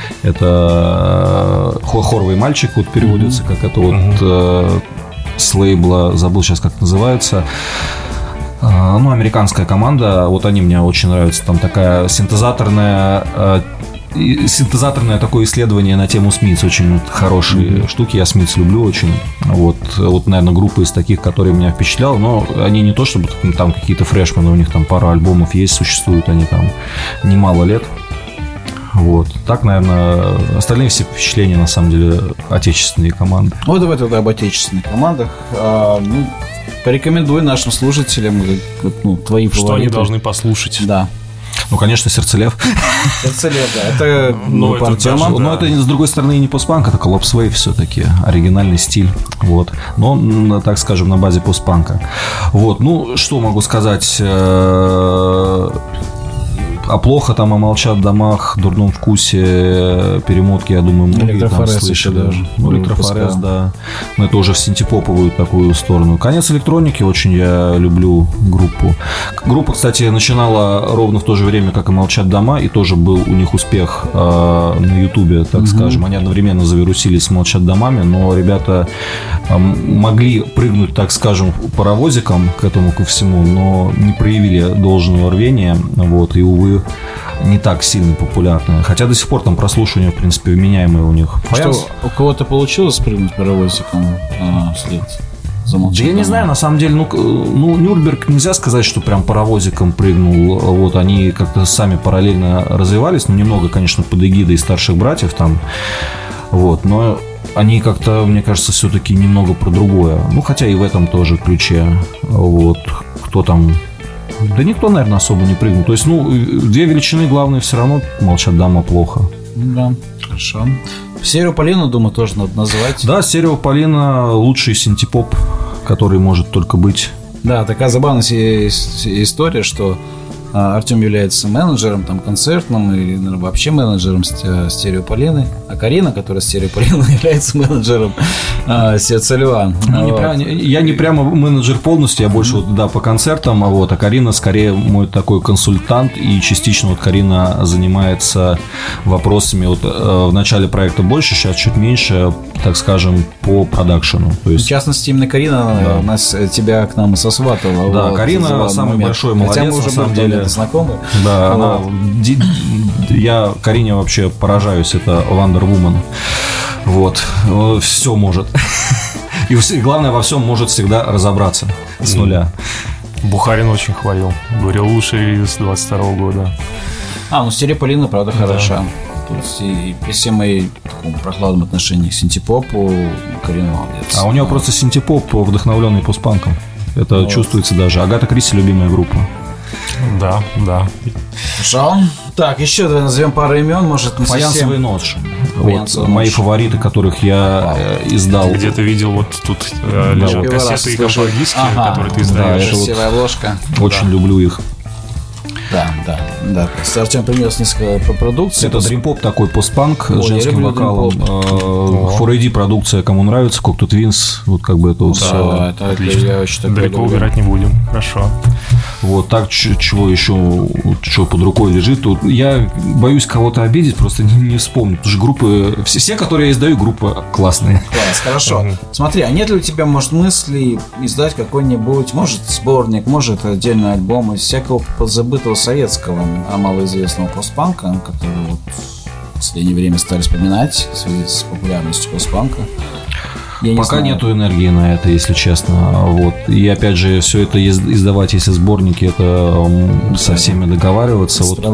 Это «Хоровый мальчик» вот переводится, как это вот с лейбла, забыл сейчас, как называется. Ну, американская команда, вот они мне очень нравятся. Там такая синтезаторное такое исследование на тему Смитс. Очень хорошие штуки, я Смитс люблю очень. Вот, наверное, группа из таких, которые меня впечатляла. Но они не то, чтобы там какие-то фрешмены, у них там пара альбомов есть, существуют они там немало лет. Вот. Так, наверное, остальные все впечатления, на самом деле, отечественные команды. Вот давай тогда об отечественных командах. Порекомендуй нашим слушателям твои фавориты. Что они должны послушать. Да. Ну, конечно, «Сердцелев». «Сердцелев», да. Это группа Артема. Но это, с другой стороны, и не постпанк, это Collapse Wave все-таки. Оригинальный стиль. Вот. Но, так скажем, на базе постпанка. Вот. Ну, что могу сказать? А плохо там, а молчат в домах, дурном вкусе, перемотки, я думаю, многие там слышали. Даже. Ну, Электрофорез, да. Но это уже в синтепоповую такую сторону. Конец электроники, очень я люблю группу. Группа, кстати, начинала ровно в то же время, как и молчат дома, и тоже был у них успех на Ютубе, так скажем. Они одновременно завирусились с молчат домами, но ребята могли прыгнуть, так скажем, паровозиком к этому ко всему, но не проявили должного рвения, вот, и, увы, не так сильно популярны. Хотя до сих пор там прослушивания, в принципе, вменяемые у них. Что, у кого-то получилось прыгнуть паровозиком вслед за молчат? Да я не знаю, на самом деле, ну, Нюрнберг нельзя сказать, что прям паровозиком прыгнул. Вот, они как-то сами параллельно развивались, ну, немного, конечно, под эгидой старших братьев там, вот, но они как-то, мне кажется, все-таки немного про другое. Ну, хотя и в этом тоже ключе. Вот, кто там... Да никто, наверное, особо не прыгнул. То есть, две величины главные все равно молчат дома плохо. Да, хорошо. Стерео Полина, думаю, тоже надо назвать. Да, Стерео Полина лучший синтепоп, который может только быть. Да, такая забавная история, что Артем является менеджером там концертным и, наверное, вообще менеджером Стерео Полины, а Карина, которая Стерео Полина, является менеджером Сердцелева. Я не прямо менеджер полностью, я больше по концертам, а Карина скорее мой такой консультант, и частично Карина занимается вопросами в начале проекта больше, сейчас чуть меньше, так скажем, по продакшену. То есть... В частности, именно Карина тебя к нам и сосватала. Да, Карина самый большой молодец, на самом деле. Знакомы? Да, я Карине вообще поражаюсь, это Wonder Woman. Вот, все может. И главное, во всем может всегда разобраться с нуля. Бухарин очень хвалил. Говорил, лучший релиз 22 года. Стерео Полина, правда, хороша. То есть и при всем моей такому прохладном отношении к синтепопу, Карина молодец. А у него просто синтепоп, вдохновленный постпанком. Это вот чувствуется даже. Агата Кристи любимая группа. Да. Хорошо. Так, еще давай назовем пару имен, может, не «Фаянсовый нож». Вот, мои фавориты, которых я издал. Ты где-то видел, вот тут лежат кассеты и компакт-диски, которые ты издаешь. Красивая обложка. Очень люблю их. Да. Артем принес несколько продукций. Это дрим-поп такой, постпанк с женским вокалом. 4AD продукция, кому нравится, Cocteau Twins, вот как бы это вот все. Да, это отлично. Далеко убирать не будем. Хорошо. Вот так, чего еще, что под рукой лежит. Вот я боюсь кого-то обидеть, просто не вспомню. Потому что группы, все, которые я издаю, группы классные. Класс, хорошо. Смотри, а нет ли у тебя, может, мыслей издать какой-нибудь, может, сборник, может, отдельный альбом из всякого подзабытого советского, а малоизвестного постпанка, который вот в последнее время стали вспоминать в связи с популярностью постпанка? Пока нету энергии на это, если честно. Вот. И опять же, все это издавать, если сборники, это со всеми договариваться. Вот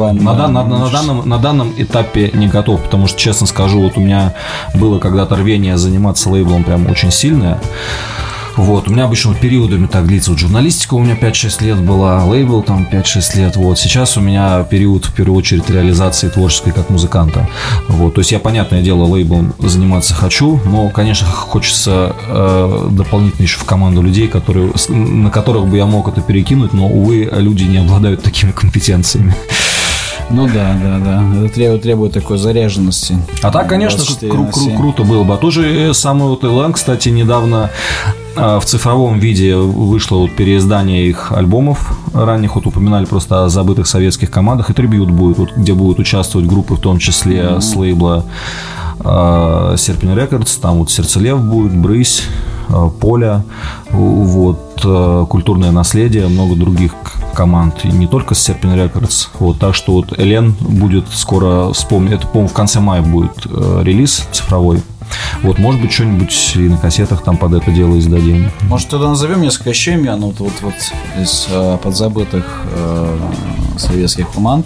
на данном этапе не готов, потому что, честно скажу, вот у меня было когда-то рвение заниматься лейблом прям очень сильное. Вот, у меня обычно периодами так длится. Вот журналистика у меня 5-6 лет была, лейбл там 5-6 лет. Вот, сейчас у меня период, в первую очередь, реализации творческой как музыканта. Вот, то есть я, понятное дело, лейблом заниматься хочу, но, конечно, хочется дополнительно еще в команду людей, на которых бы я мог это перекинуть, но, увы, люди не обладают такими компетенциями. Ну да. Это требует такой заряженности. А так, конечно, круто было бы. А тоже самый вот Элэн, кстати, недавно в цифровом виде вышло вот переиздание их альбомов ранних. Вот упоминали просто о забытых советских командах. И трибьют будет, вот, где будут участвовать группы, в том числе с лейбла Serpent Records. Там вот Сердцелев будет, Брысь, Поля, вот, Культурное наследие, много других команд, и не только с Serpent Records. Вот, так что вот Элен будет скоро вспомнить. Это, по-моему, в конце мая будет релиз цифровой. Вот, может быть, что-нибудь и на кассетах там под это дело издадим. Может, тогда назовем несколько еще имен вот из подзабытых советских команд,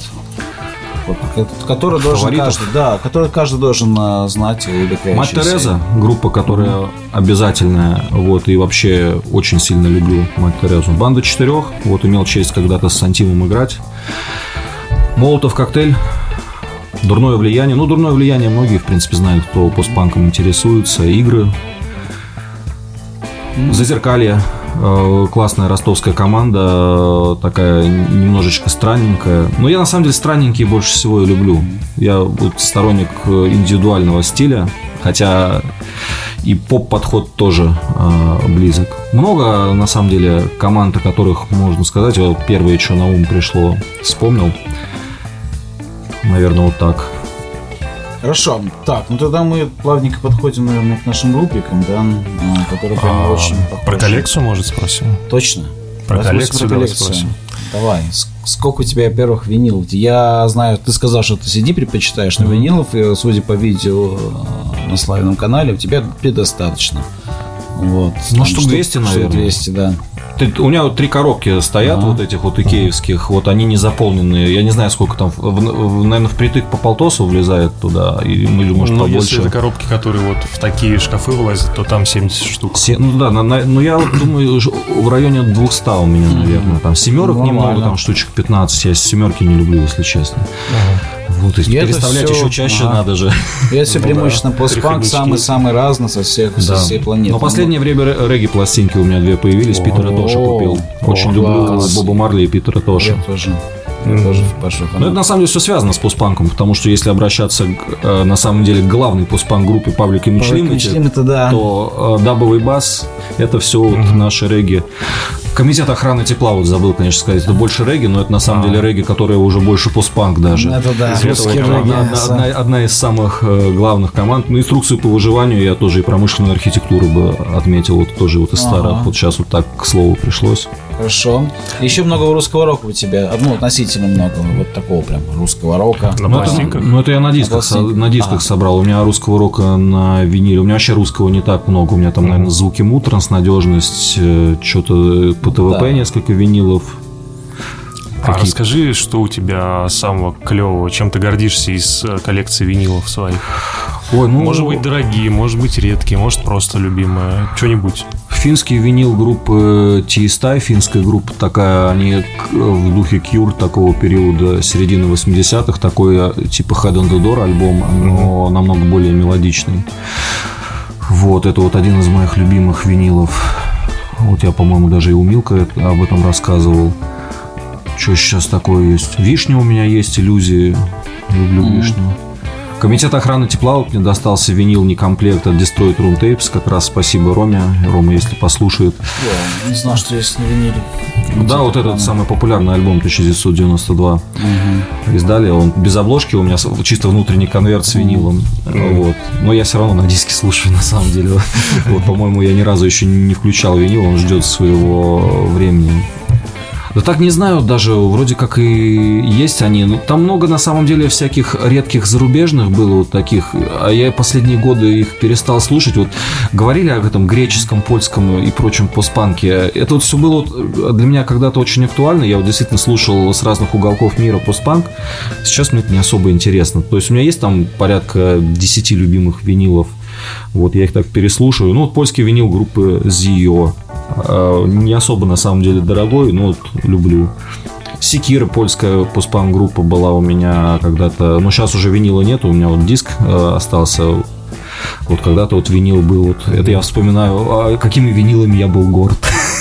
который должен каждый должен знать. Мать Тереза, группа, которая обязательная, вот, и вообще очень сильно люблю Мать Терезу. Банда четырех, вот, имел честь когда-то с Сантимом играть. Молотов коктейль. Дурное влияние. Ну, дурное влияние многие, в принципе, знают, кто постпанком интересуется. Игры. Зазеркалье. Классная ростовская команда. Такая немножечко странненькая. Но я, на самом деле, странненькие больше всего и люблю. Я вот сторонник индивидуального стиля. Хотя и поп-подход тоже близок. Много, на самом деле, команд, о которых можно сказать. Вот первое, что на ум пришло, вспомнил. Наверное, вот так. Хорошо. Так, ну тогда мы плавненько подходим, наверное, к нашим рубрикам, да, которые прям очень похожи. Про коллекцию, может, спросим? Точно. Про коллекцию давай спросим. Давай. Сколько у тебя первых винилов? Я знаю, ты сказал, что ты CD предпочитаешь, но винилов, и, судя по видео на Славином канале, у тебя предостаточно. Вот. Ну, штук 200, наверное. 200, да. У меня вот 3 коробки стоят, вот этих вот икеевских, вот они не заполненные. Я не знаю, сколько там, наверное, впритык по полтосу влезает туда, или, может, побольше. Если это коробки, которые вот в такие шкафы вылазят, то там 70 штук. Ну да, но я вот думаю, в районе 200 у меня, наверное. Там семерок немного, там штучек 15. Я семерки не люблю, если честно. Вот, и переставлять еще чаще надо же. Это все преимущественно постпанк, самый разный со всей планеты. Но в последнее время регги-пластинки у меня 2 появились. Питера Тоша купил. Очень люблю Боба Марли и Питера Тоша. Я тоже пошел. Но это на самом деле все связано с постпанком, потому что если обращаться на самом деле к главной постпанк-группе Public Image Limited, то дабовый бас — это все наши регги. Комитет охраны тепла, вот забыл, конечно, сказать, это больше регги, но это на самом деле регги, которая уже больше постпанк даже. Это да, одна из самых главных команд. Ну, инструкцию по выживанию я тоже и промышленную архитектуру бы отметил, вот тоже вот из старых, вот сейчас вот так к слову пришлось. Хорошо. Еще много русского рока у тебя, относительно много, вот такого прям русского рока. На пластинках? Ну, это я на дисках собрал. У меня русского рока на виниле. У меня вообще русского не так много. У меня там, наверное, звуки му, транснадежность, что-то по ТВП, несколько винилов. Расскажи, что у тебя самого клевого, чем ты гордишься из коллекции винилов своих? Ой, ну, может быть, дорогие, может быть, редкие, может, просто любимые. Что-нибудь. Финский винил группы T-Style, финская группа такая, они в духе Cure такого периода, середины 80-х, такой типа Head on the Door альбом, но намного более мелодичный. Вот, это вот один из моих любимых винилов. Вот я, по-моему, даже и у Милка об этом рассказывал. Что сейчас такое есть? Вишня у меня есть, иллюзии. Люблю вишню. Комитет охраны тепла, вот мне достался винил некомплект от Destroyed Room Tapes. Как раз спасибо Роме. Рома, если послушает. Я не знал, что есть на виниле. Да, вот этот самый популярный альбом 1992 издали. Он без обложки, у меня чисто внутренний конверт с винилом. Вот. Но я все равно на диске слушаю, на самом деле. Вот, по-моему, я ни разу еще не включал винил, он ждет своего времени. Да так не знаю, даже вроде как и есть они. Но там много на самом деле всяких редких зарубежных было вот таких. А я последние годы их перестал слушать. Вот говорили об этом греческом, польском и прочем постпанке. Это вот все было вот для меня когда-то очень актуально. Я вот действительно слушал с разных уголков мира постпанк. Сейчас мне это не особо интересно. То есть у меня есть там порядка 10 любимых винилов. Вот я их так переслушаю. Ну вот польский винил группы Zio. Не особо на самом деле дорогой, но вот люблю. Секира, польская постпанк-группа была у меня когда-то. Но сейчас уже винила нет, у меня вот диск остался. Вот когда-то вот винил был. Вот, это я вспоминаю, какими винилами я был горд.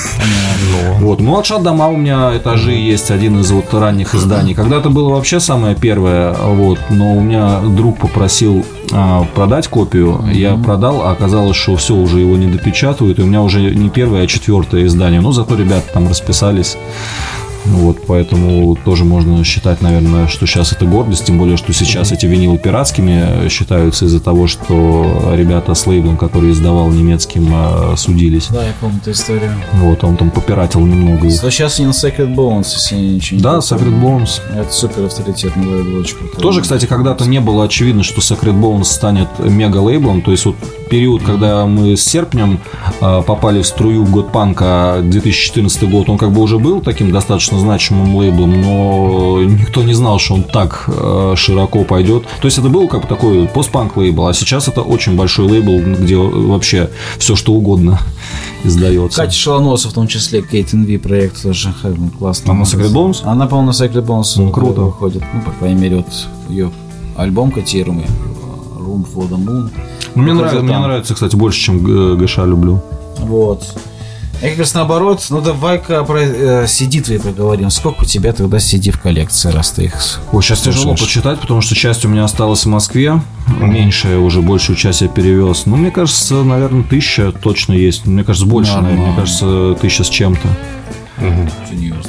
Вот. Младшат дома у меня этажи есть, один из вот ранних изданий. Когда-то было вообще самое первое, вот, но у меня друг попросил продать копию. Я продал, а оказалось, что все, уже его не допечатывают. И у меня уже не первое, а четвертое издание. Но зато ребята там расписались. Вот, поэтому тоже можно считать, наверное, что сейчас это гордость, тем более, что сейчас эти винилы пиратскими считаются из-за того, что ребята с лейблом, который издавал немецким, судились. Да, я помню эту историю. Вот, он там попиратил немного. Сейчас не на Sacred Bones, если я ничего не Да, Sacred Bones. Это супер авторитетный лейбл. Тоже, кстати, когда-то не было очевидно, что Sacred Bones станет мега-лейблом, то есть вот период, когда мы с Серпнем попали в струю готпанка, 2014 год, он как бы уже был таким достаточно значимым лейблом, но никто не знал, что он так широко пойдет. То есть это был как бы такой постпанк лейбл, а сейчас это очень большой лейбл, где вообще все что угодно издается. Катя Шалоносов, в том числе Кейт НВ проект тоже классно. Она на Sacred Bones? Она, по-моему, на Sacred Bones круто выходит. Ну, по крайней мере, вот ее альбом котируемый Room for the Moon. Мне нравится, кстати, больше, чем ГШ люблю. Вот. Я как раз наоборот, ну давай-ка про CD твои проговорим. Сколько у тебя тогда CD в коллекции, раз ты их... Ой, сейчас тяжело почитать, потому что часть у меня осталась в Москве, меньшая уже, большую часть я перевез. Ну, мне кажется, наверное, 1000 точно есть. Мне кажется, больше, наверное, мне кажется, 1000 с чем-то. Серьезно.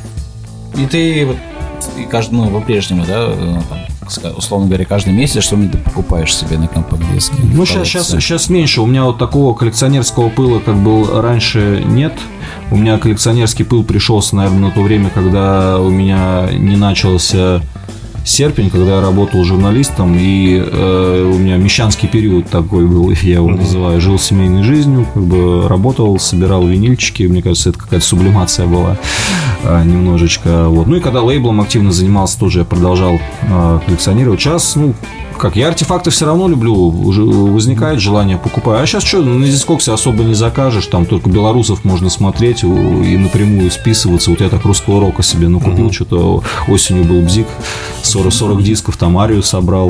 И ты вот, ну, по-прежнему, да, условно говоря, каждый месяц что-нибудь ты покупаешь себе на компакт-диске? Ну, сейчас меньше. У меня вот такого коллекционерского пыла, как был раньше, нет. У меня коллекционерский пыл пришелся, наверное, на то время, когда у меня не начался серпень, когда я работал журналистом, и у меня мещанский период такой был, я его называю, жил семейной жизнью, как бы работал, собирал винильчики, мне кажется, это какая-то сублимация была немножечко, вот. Ну и когда лейблом активно занимался, тоже я продолжал коллекционировать. Сейчас, ну, как, я артефакты все равно люблю, уже возникает желание покупать. А сейчас что, на Дискоксе особо не закажешь, там только белорусов можно смотреть и напрямую списываться. Вот я так русского рока себе накупил, что-то осенью был бзик, 40 дисков, там Арию собрал,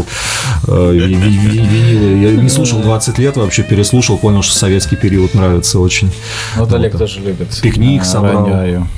винилы. Я не слушал 20 лет, вообще переслушал, понял, что советский период нравится очень. Вот Олег тоже любит. Пикник собрал.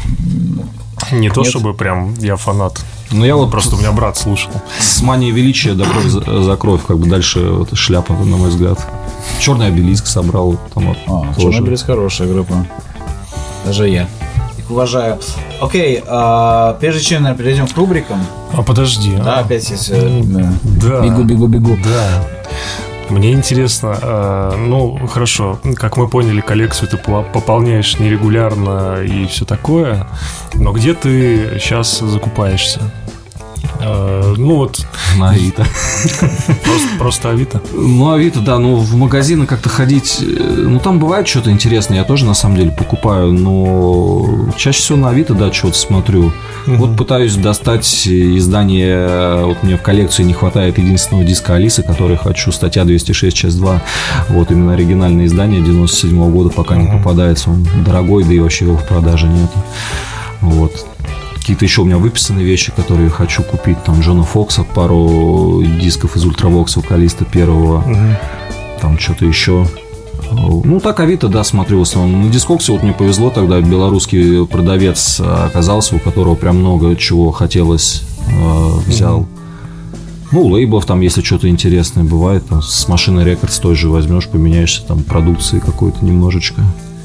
Не то чтобы прям я фанат. Ну, я вот просто у меня брат слушал. С манией величия до кровь за кровь, как бы дальше вот шляпа, на мой взгляд. Черный обелиск собрал. Там вот, Черный обелиск хорошая группа. Даже я их уважаю. Окей, прежде чем, наверное, перейдем к рубрикам. Подожди. Да, опять есть. Да. Бегу. Да. Мне интересно, ну, хорошо, как мы поняли, коллекцию ты пополняешь нерегулярно и все такое, но где ты сейчас закупаешься? Ну вот. На Авито. Просто Авито? Ну, Авито, да. Ну, в магазины как-то ходить... Ну, там бывает что-то интересное. Я тоже, на самом деле, покупаю. Но чаще всего на Авито, да, что-то смотрю. Вот пытаюсь достать издание... Вот мне в коллекции не хватает единственного диска Алисы, который хочу. Статья 206, часть 2. Вот именно оригинальное издание 97-го года пока не попадается. Он дорогой, да и вообще его в продаже нет. Вот. Какие-то еще у меня выписаны вещи, которые хочу купить. Там Джона Фокса, пару дисков из Ультравокса, вокалиста первого. Там что-то еще. Ну, так Авито, да, смотрю в основном. На Дискоксе вот мне повезло тогда. Белорусский продавец оказался, у которого прям много чего хотелось, взял. Ну, лейблов там, если что-то интересное бывает. Там, с Машины Рекордс той же возьмешь, поменяешься там продукции какой-то немножечко.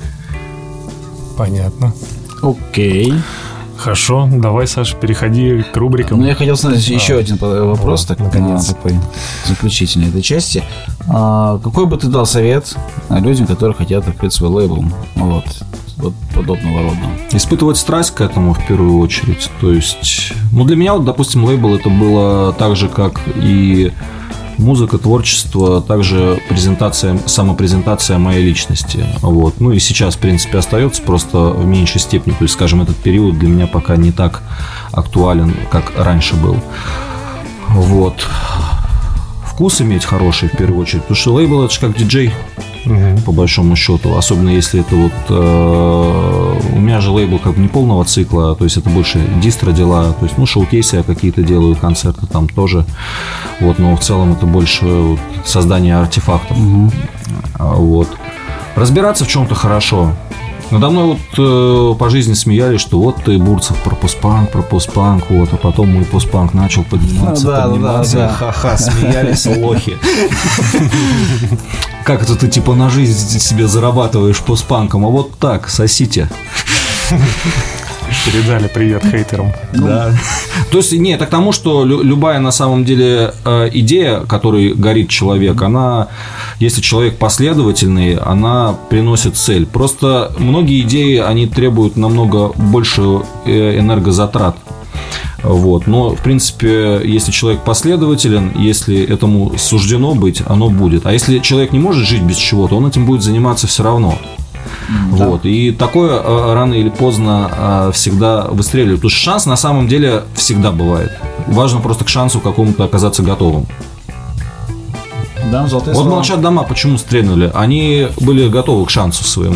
Понятно. Окей. Хорошо, давай, Саша, переходи к рубрикам. Ну, я хотел задать еще один вопрос, так, наконец, такой заключительной этой части. Какой бы ты дал совет людям, которые хотят открыть свой лейбл? Вот подобного рода. Испытывать страсть к этому в первую очередь. То есть, ну, для меня, вот, допустим, лейбл это было так же, как и музыка, творчество, также самопрезентация моей личности. Вот. Ну и сейчас, в принципе, остается просто в меньшей степени. То есть, скажем, этот период для меня пока не так актуален, как раньше был. Вот. Вкус иметь хороший, в первую очередь. Потому что лейбл это же как диджей, по большому счету. Особенно если это вот... у меня же лейбл как бы не полного цикла, то есть это больше дистро дела. То есть, ну, шоу-кейсы я какие-то делаю, концерты там тоже. Вот, но в целом это больше вот создание артефактов. Вот. Разбираться в чем-то хорошо. Надо мной вот по жизни смеялись, что вот ты, Бурцев, про постпанк, вот, а потом мой постпанк начал подниматься. Да. Ха-ха, смеялись лохи. Как это ты типа на жизнь себе зарабатываешь постпанком, а вот так, сосите. Передали привет хейтерам. Да. То есть, нет, это к тому, что любая на самом деле идея, которой горит человек, она, если человек последовательный, она приносит цель. Просто многие идеи, они требуют намного больше энергозатрат. Вот. Но, в принципе, если человек последователен, если этому суждено быть, оно будет. А если человек не может жить без чего-то, он этим будет заниматься все равно. Да. Вот. И такое рано или поздно всегда выстреливает. Потому что шанс на самом деле всегда бывает. Важно просто к шансу какому-то оказаться готовым. Да, золотые слова. Вот «Молчат дома» почему стрельнули? Они были готовы к шансу своему.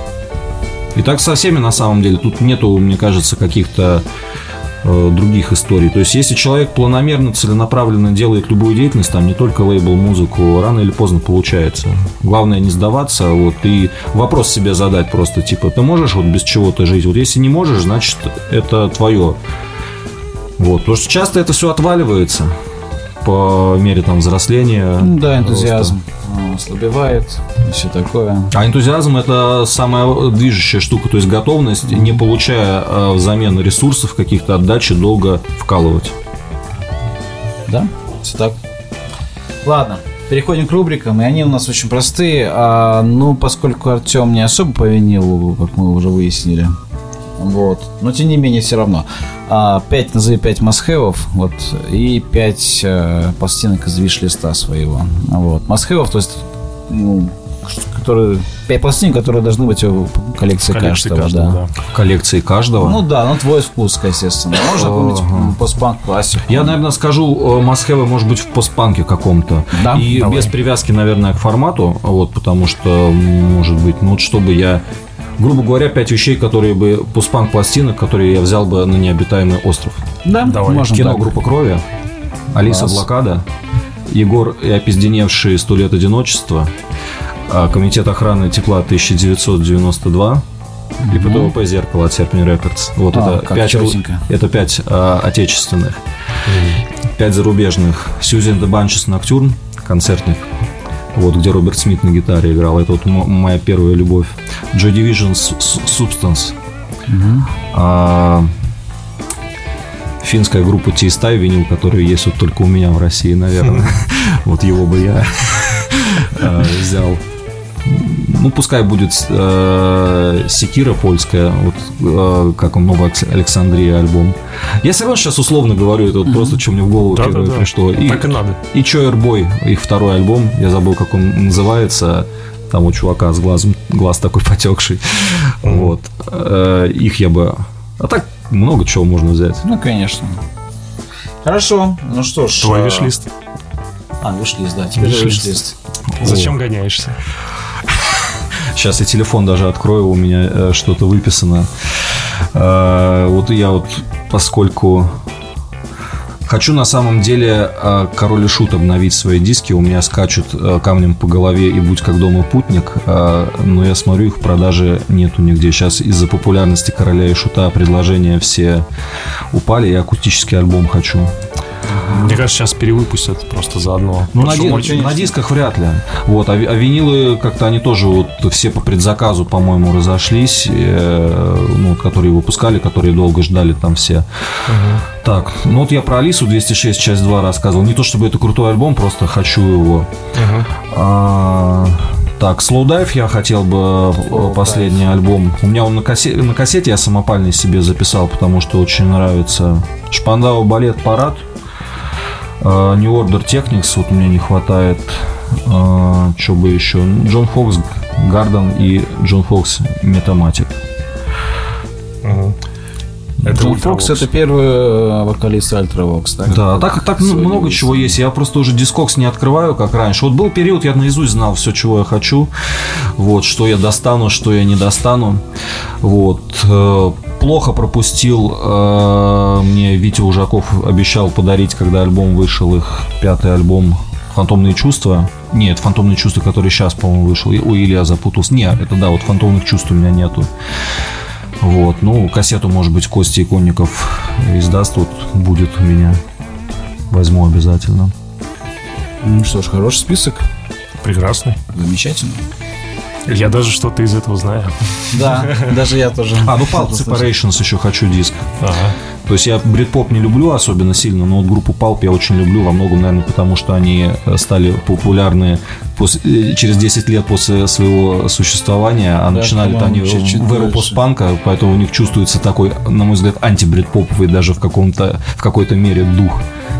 И так со всеми на самом деле. Тут нету, мне кажется, каких-то других историй. То есть, если человек планомерно, целенаправленно делает любую деятельность, там не только лейбл, музыку, рано или поздно получается. Главное не сдаваться, вот, и вопрос себе задать просто, типа, ты можешь вот без чего-то жить? Вот если не можешь, значит, это твое. Вот, потому что часто это все отваливается по мере там взросления. Да, энтузиазм ослабевает и все такое. А энтузиазм – это самая движущая штука, то есть готовность, не получая взамен ресурсов каких-то отдачи, долго вкалывать. Да, все так. Ладно, переходим к рубрикам, и они у нас очень простые. Ну, поскольку Артем не особо повинил, как мы уже выяснили, вот, но тем не менее все равно. 5, назови 5 мастхэвов, вот, и 5 пластинок из виш-листа своего. Вот. Мастхэвов, то есть, ну, которые, 5 пластинок, которые должны быть в коллекции каждого. Да. В коллекции каждого? Ну да, ну твой вкус, естественно. Можно какой-нибудь постпанк, классику. Я, наверное, скажу мастхэвы, может быть, в постпанке каком-то. Да? И давай. Без привязки, наверное, к формату, вот, потому что, может быть, ну вот чтобы я... Грубо говоря, 5 вещей, которые бы постпанк пластинок, которые я взял бы на необитаемый остров. Да, давай. Можно Кино так. «Группа крови», Алиса Блокада, Егор и опизденевшие 100 лет одиночества, Комитет охраны тепла 1992 и ПТВП «Зеркало» от Serpent Records. Вот это 5 отечественных, 5 зарубежных. Susan the Bunches Nocturne, концертных. Вот, где Роберт Смит на гитаре играл. Это вот моя первая любовь. Joy Division Substance. Финская группа T-Style, винил, который есть вот только у меня в России, наверное. Вот его бы я взял. Ну, пускай будет Секира польская, вот как он, Новая Александрия альбом. Я все равно сейчас условно говорю, это вот просто, что мне в голову первое пришло. Так и надо. И Choir-Boy, их второй альбом, я забыл, как он называется. Там у чувака с глаз такой потекший. Вот. Их я бы... А так много чего можно взять. Ну, конечно. Хорошо. Ну что ж. Твой виш-лист. Виш-лист, да. Теперь виш-лист. Зачем гоняешься? Сейчас я телефон даже открою, у меня что-то выписано. Вот я вот, поскольку... Хочу на самом деле Король и Шут обновить свои диски. У меня скачут камнем по голове и Будь как дома путник. Но я смотрю, их в продаже нету нигде. Сейчас из-за популярности Короля и Шута предложения все упали. Я акустический альбом хочу. Мне кажется, сейчас перевыпустят просто заодно. Ну, на дисках вряд ли. Вот, а винилы как-то они тоже вот все по предзаказу, по-моему, разошлись. Ну, которые выпускали, которые долго ждали там все. Так, ну вот я про Алису 206 часть 2 рассказывал. Не то чтобы это крутой альбом, просто хочу его. Так, Slow Dive я хотел бы последний альбом. У меня он на кассете я самопальный себе записал, потому что очень нравится. Шпандау Балет Парад. New Order Technics, вот мне не хватает. Что бы еще? Джон Фокс Гарден и Джон Фокс Метаматик. Джон Фокс — это первый вокалист Ультравокс, так? Да, так много чего есть. Я просто уже Discogs не открываю, как раньше. Вот был период, я наизусть знал все, чего я хочу. Вот, что я достану, что я не достану. Вот. Плохо пропустил. Мне Витя Ужаков обещал подарить, когда альбом вышел, их 5-й альбом «Фантомные чувства». Нет, «Фантомные чувства», который сейчас, по-моему, вышел. Ой, или я запутался. Нет, это да, вот «Фантомных чувств» у меня нету. Вот, ну, кассету, может быть, Костя Иконников издаст, вот будет у меня. Возьму обязательно. Ну что ж, хороший список. Прекрасный. Замечательно. Я даже что-то из этого знаю. Да, даже я тоже. Ну, Pulp Separations еще хочу диск. Ага. То есть я брит-поп не люблю особенно сильно, но вот группу Pulp я очень люблю, во многом, наверное, потому что они стали популярны через 10 лет после своего существования, а да, начинали-то они в эру постпанка, поэтому у них чувствуется такой, на мой взгляд, анти-брит-поповый даже в какой-то мере дух.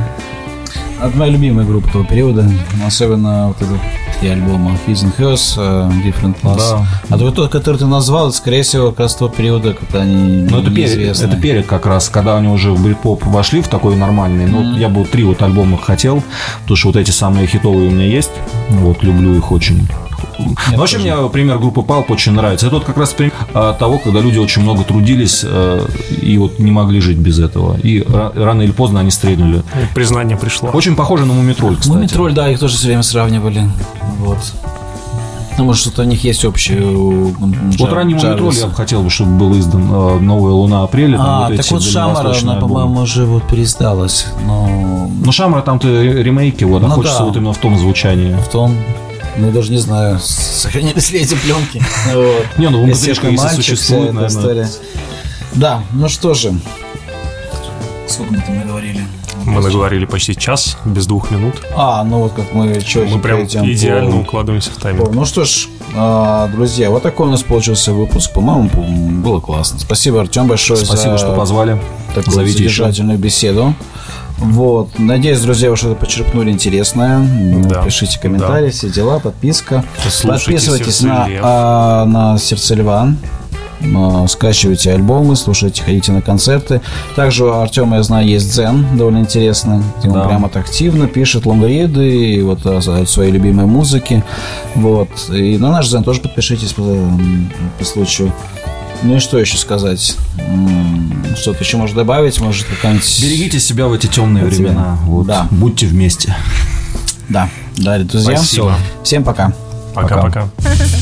От моей любимой группы того периода, особенно вот этот альбом His and Hers, Different Class. Да. А тот, который ты назвал, это, скорее всего, как раз того периода, когда они неизвестны. Это перед как раз, когда они уже в брит-поп вошли в такой нормальный. Ну, я бы 3 вот альбома хотел, потому что вот эти самые хитовые у меня есть. Вот, люблю их очень. Ну, вообще, мне пример группы Pulp очень нравится. Это вот как раз пример того, когда люди очень много трудились и вот не могли жить без этого. И рано или поздно они стрельнули. Признание пришло. Очень похоже на Мумитроль, кстати. Мумитроль, да, их тоже все время сравнивали. Вот. Ну, может, что-то у них есть общее. Вот ранний Мумитроль я бы хотел, чтобы был издан «Новая луна апреля». Вот так вот Шамара, она, по-моему, уже вот переиздалась. Но Шамара там-то ремейки, вот, а хочется вот именно в том звучании. В том. Ну, я даже не знаю, сохранились ли эти пленки. Не, ну, МП3, если существует, наверное. Да, ну что же. Сколько мы там наговорили? Мы наговорили почти час, без 2 минут. Ну вот как мы четко. Мы прям идеально укладываемся в тайминг. Ну что ж, друзья, вот такой у нас получился выпуск. По-моему, было классно. Спасибо, Артем, большое. Спасибо, что позвали. Такую содержательную беседу. Вот. Надеюсь, друзья, вы что-то почерпнули интересное. Да. Пишите комментарии, все дела, подписка. Подписывайтесь на «Сердце льва». Скачивайте альбомы, слушайте, ходите на концерты. Также у Артема, я знаю, есть Дзен, довольно интересно, где он прямо активно пишет лонгриды и вот о своей любимой музыке. Вот. И на наш Дзен тоже подпишитесь по случаю. Ну и что еще сказать? Что-то еще можно добавить? Может, какая-нибудь... Берегите себя в эти темные времена. Вот. Да. Будьте вместе. Да, друзья. Спасибо. Всем пока. Пока-пока.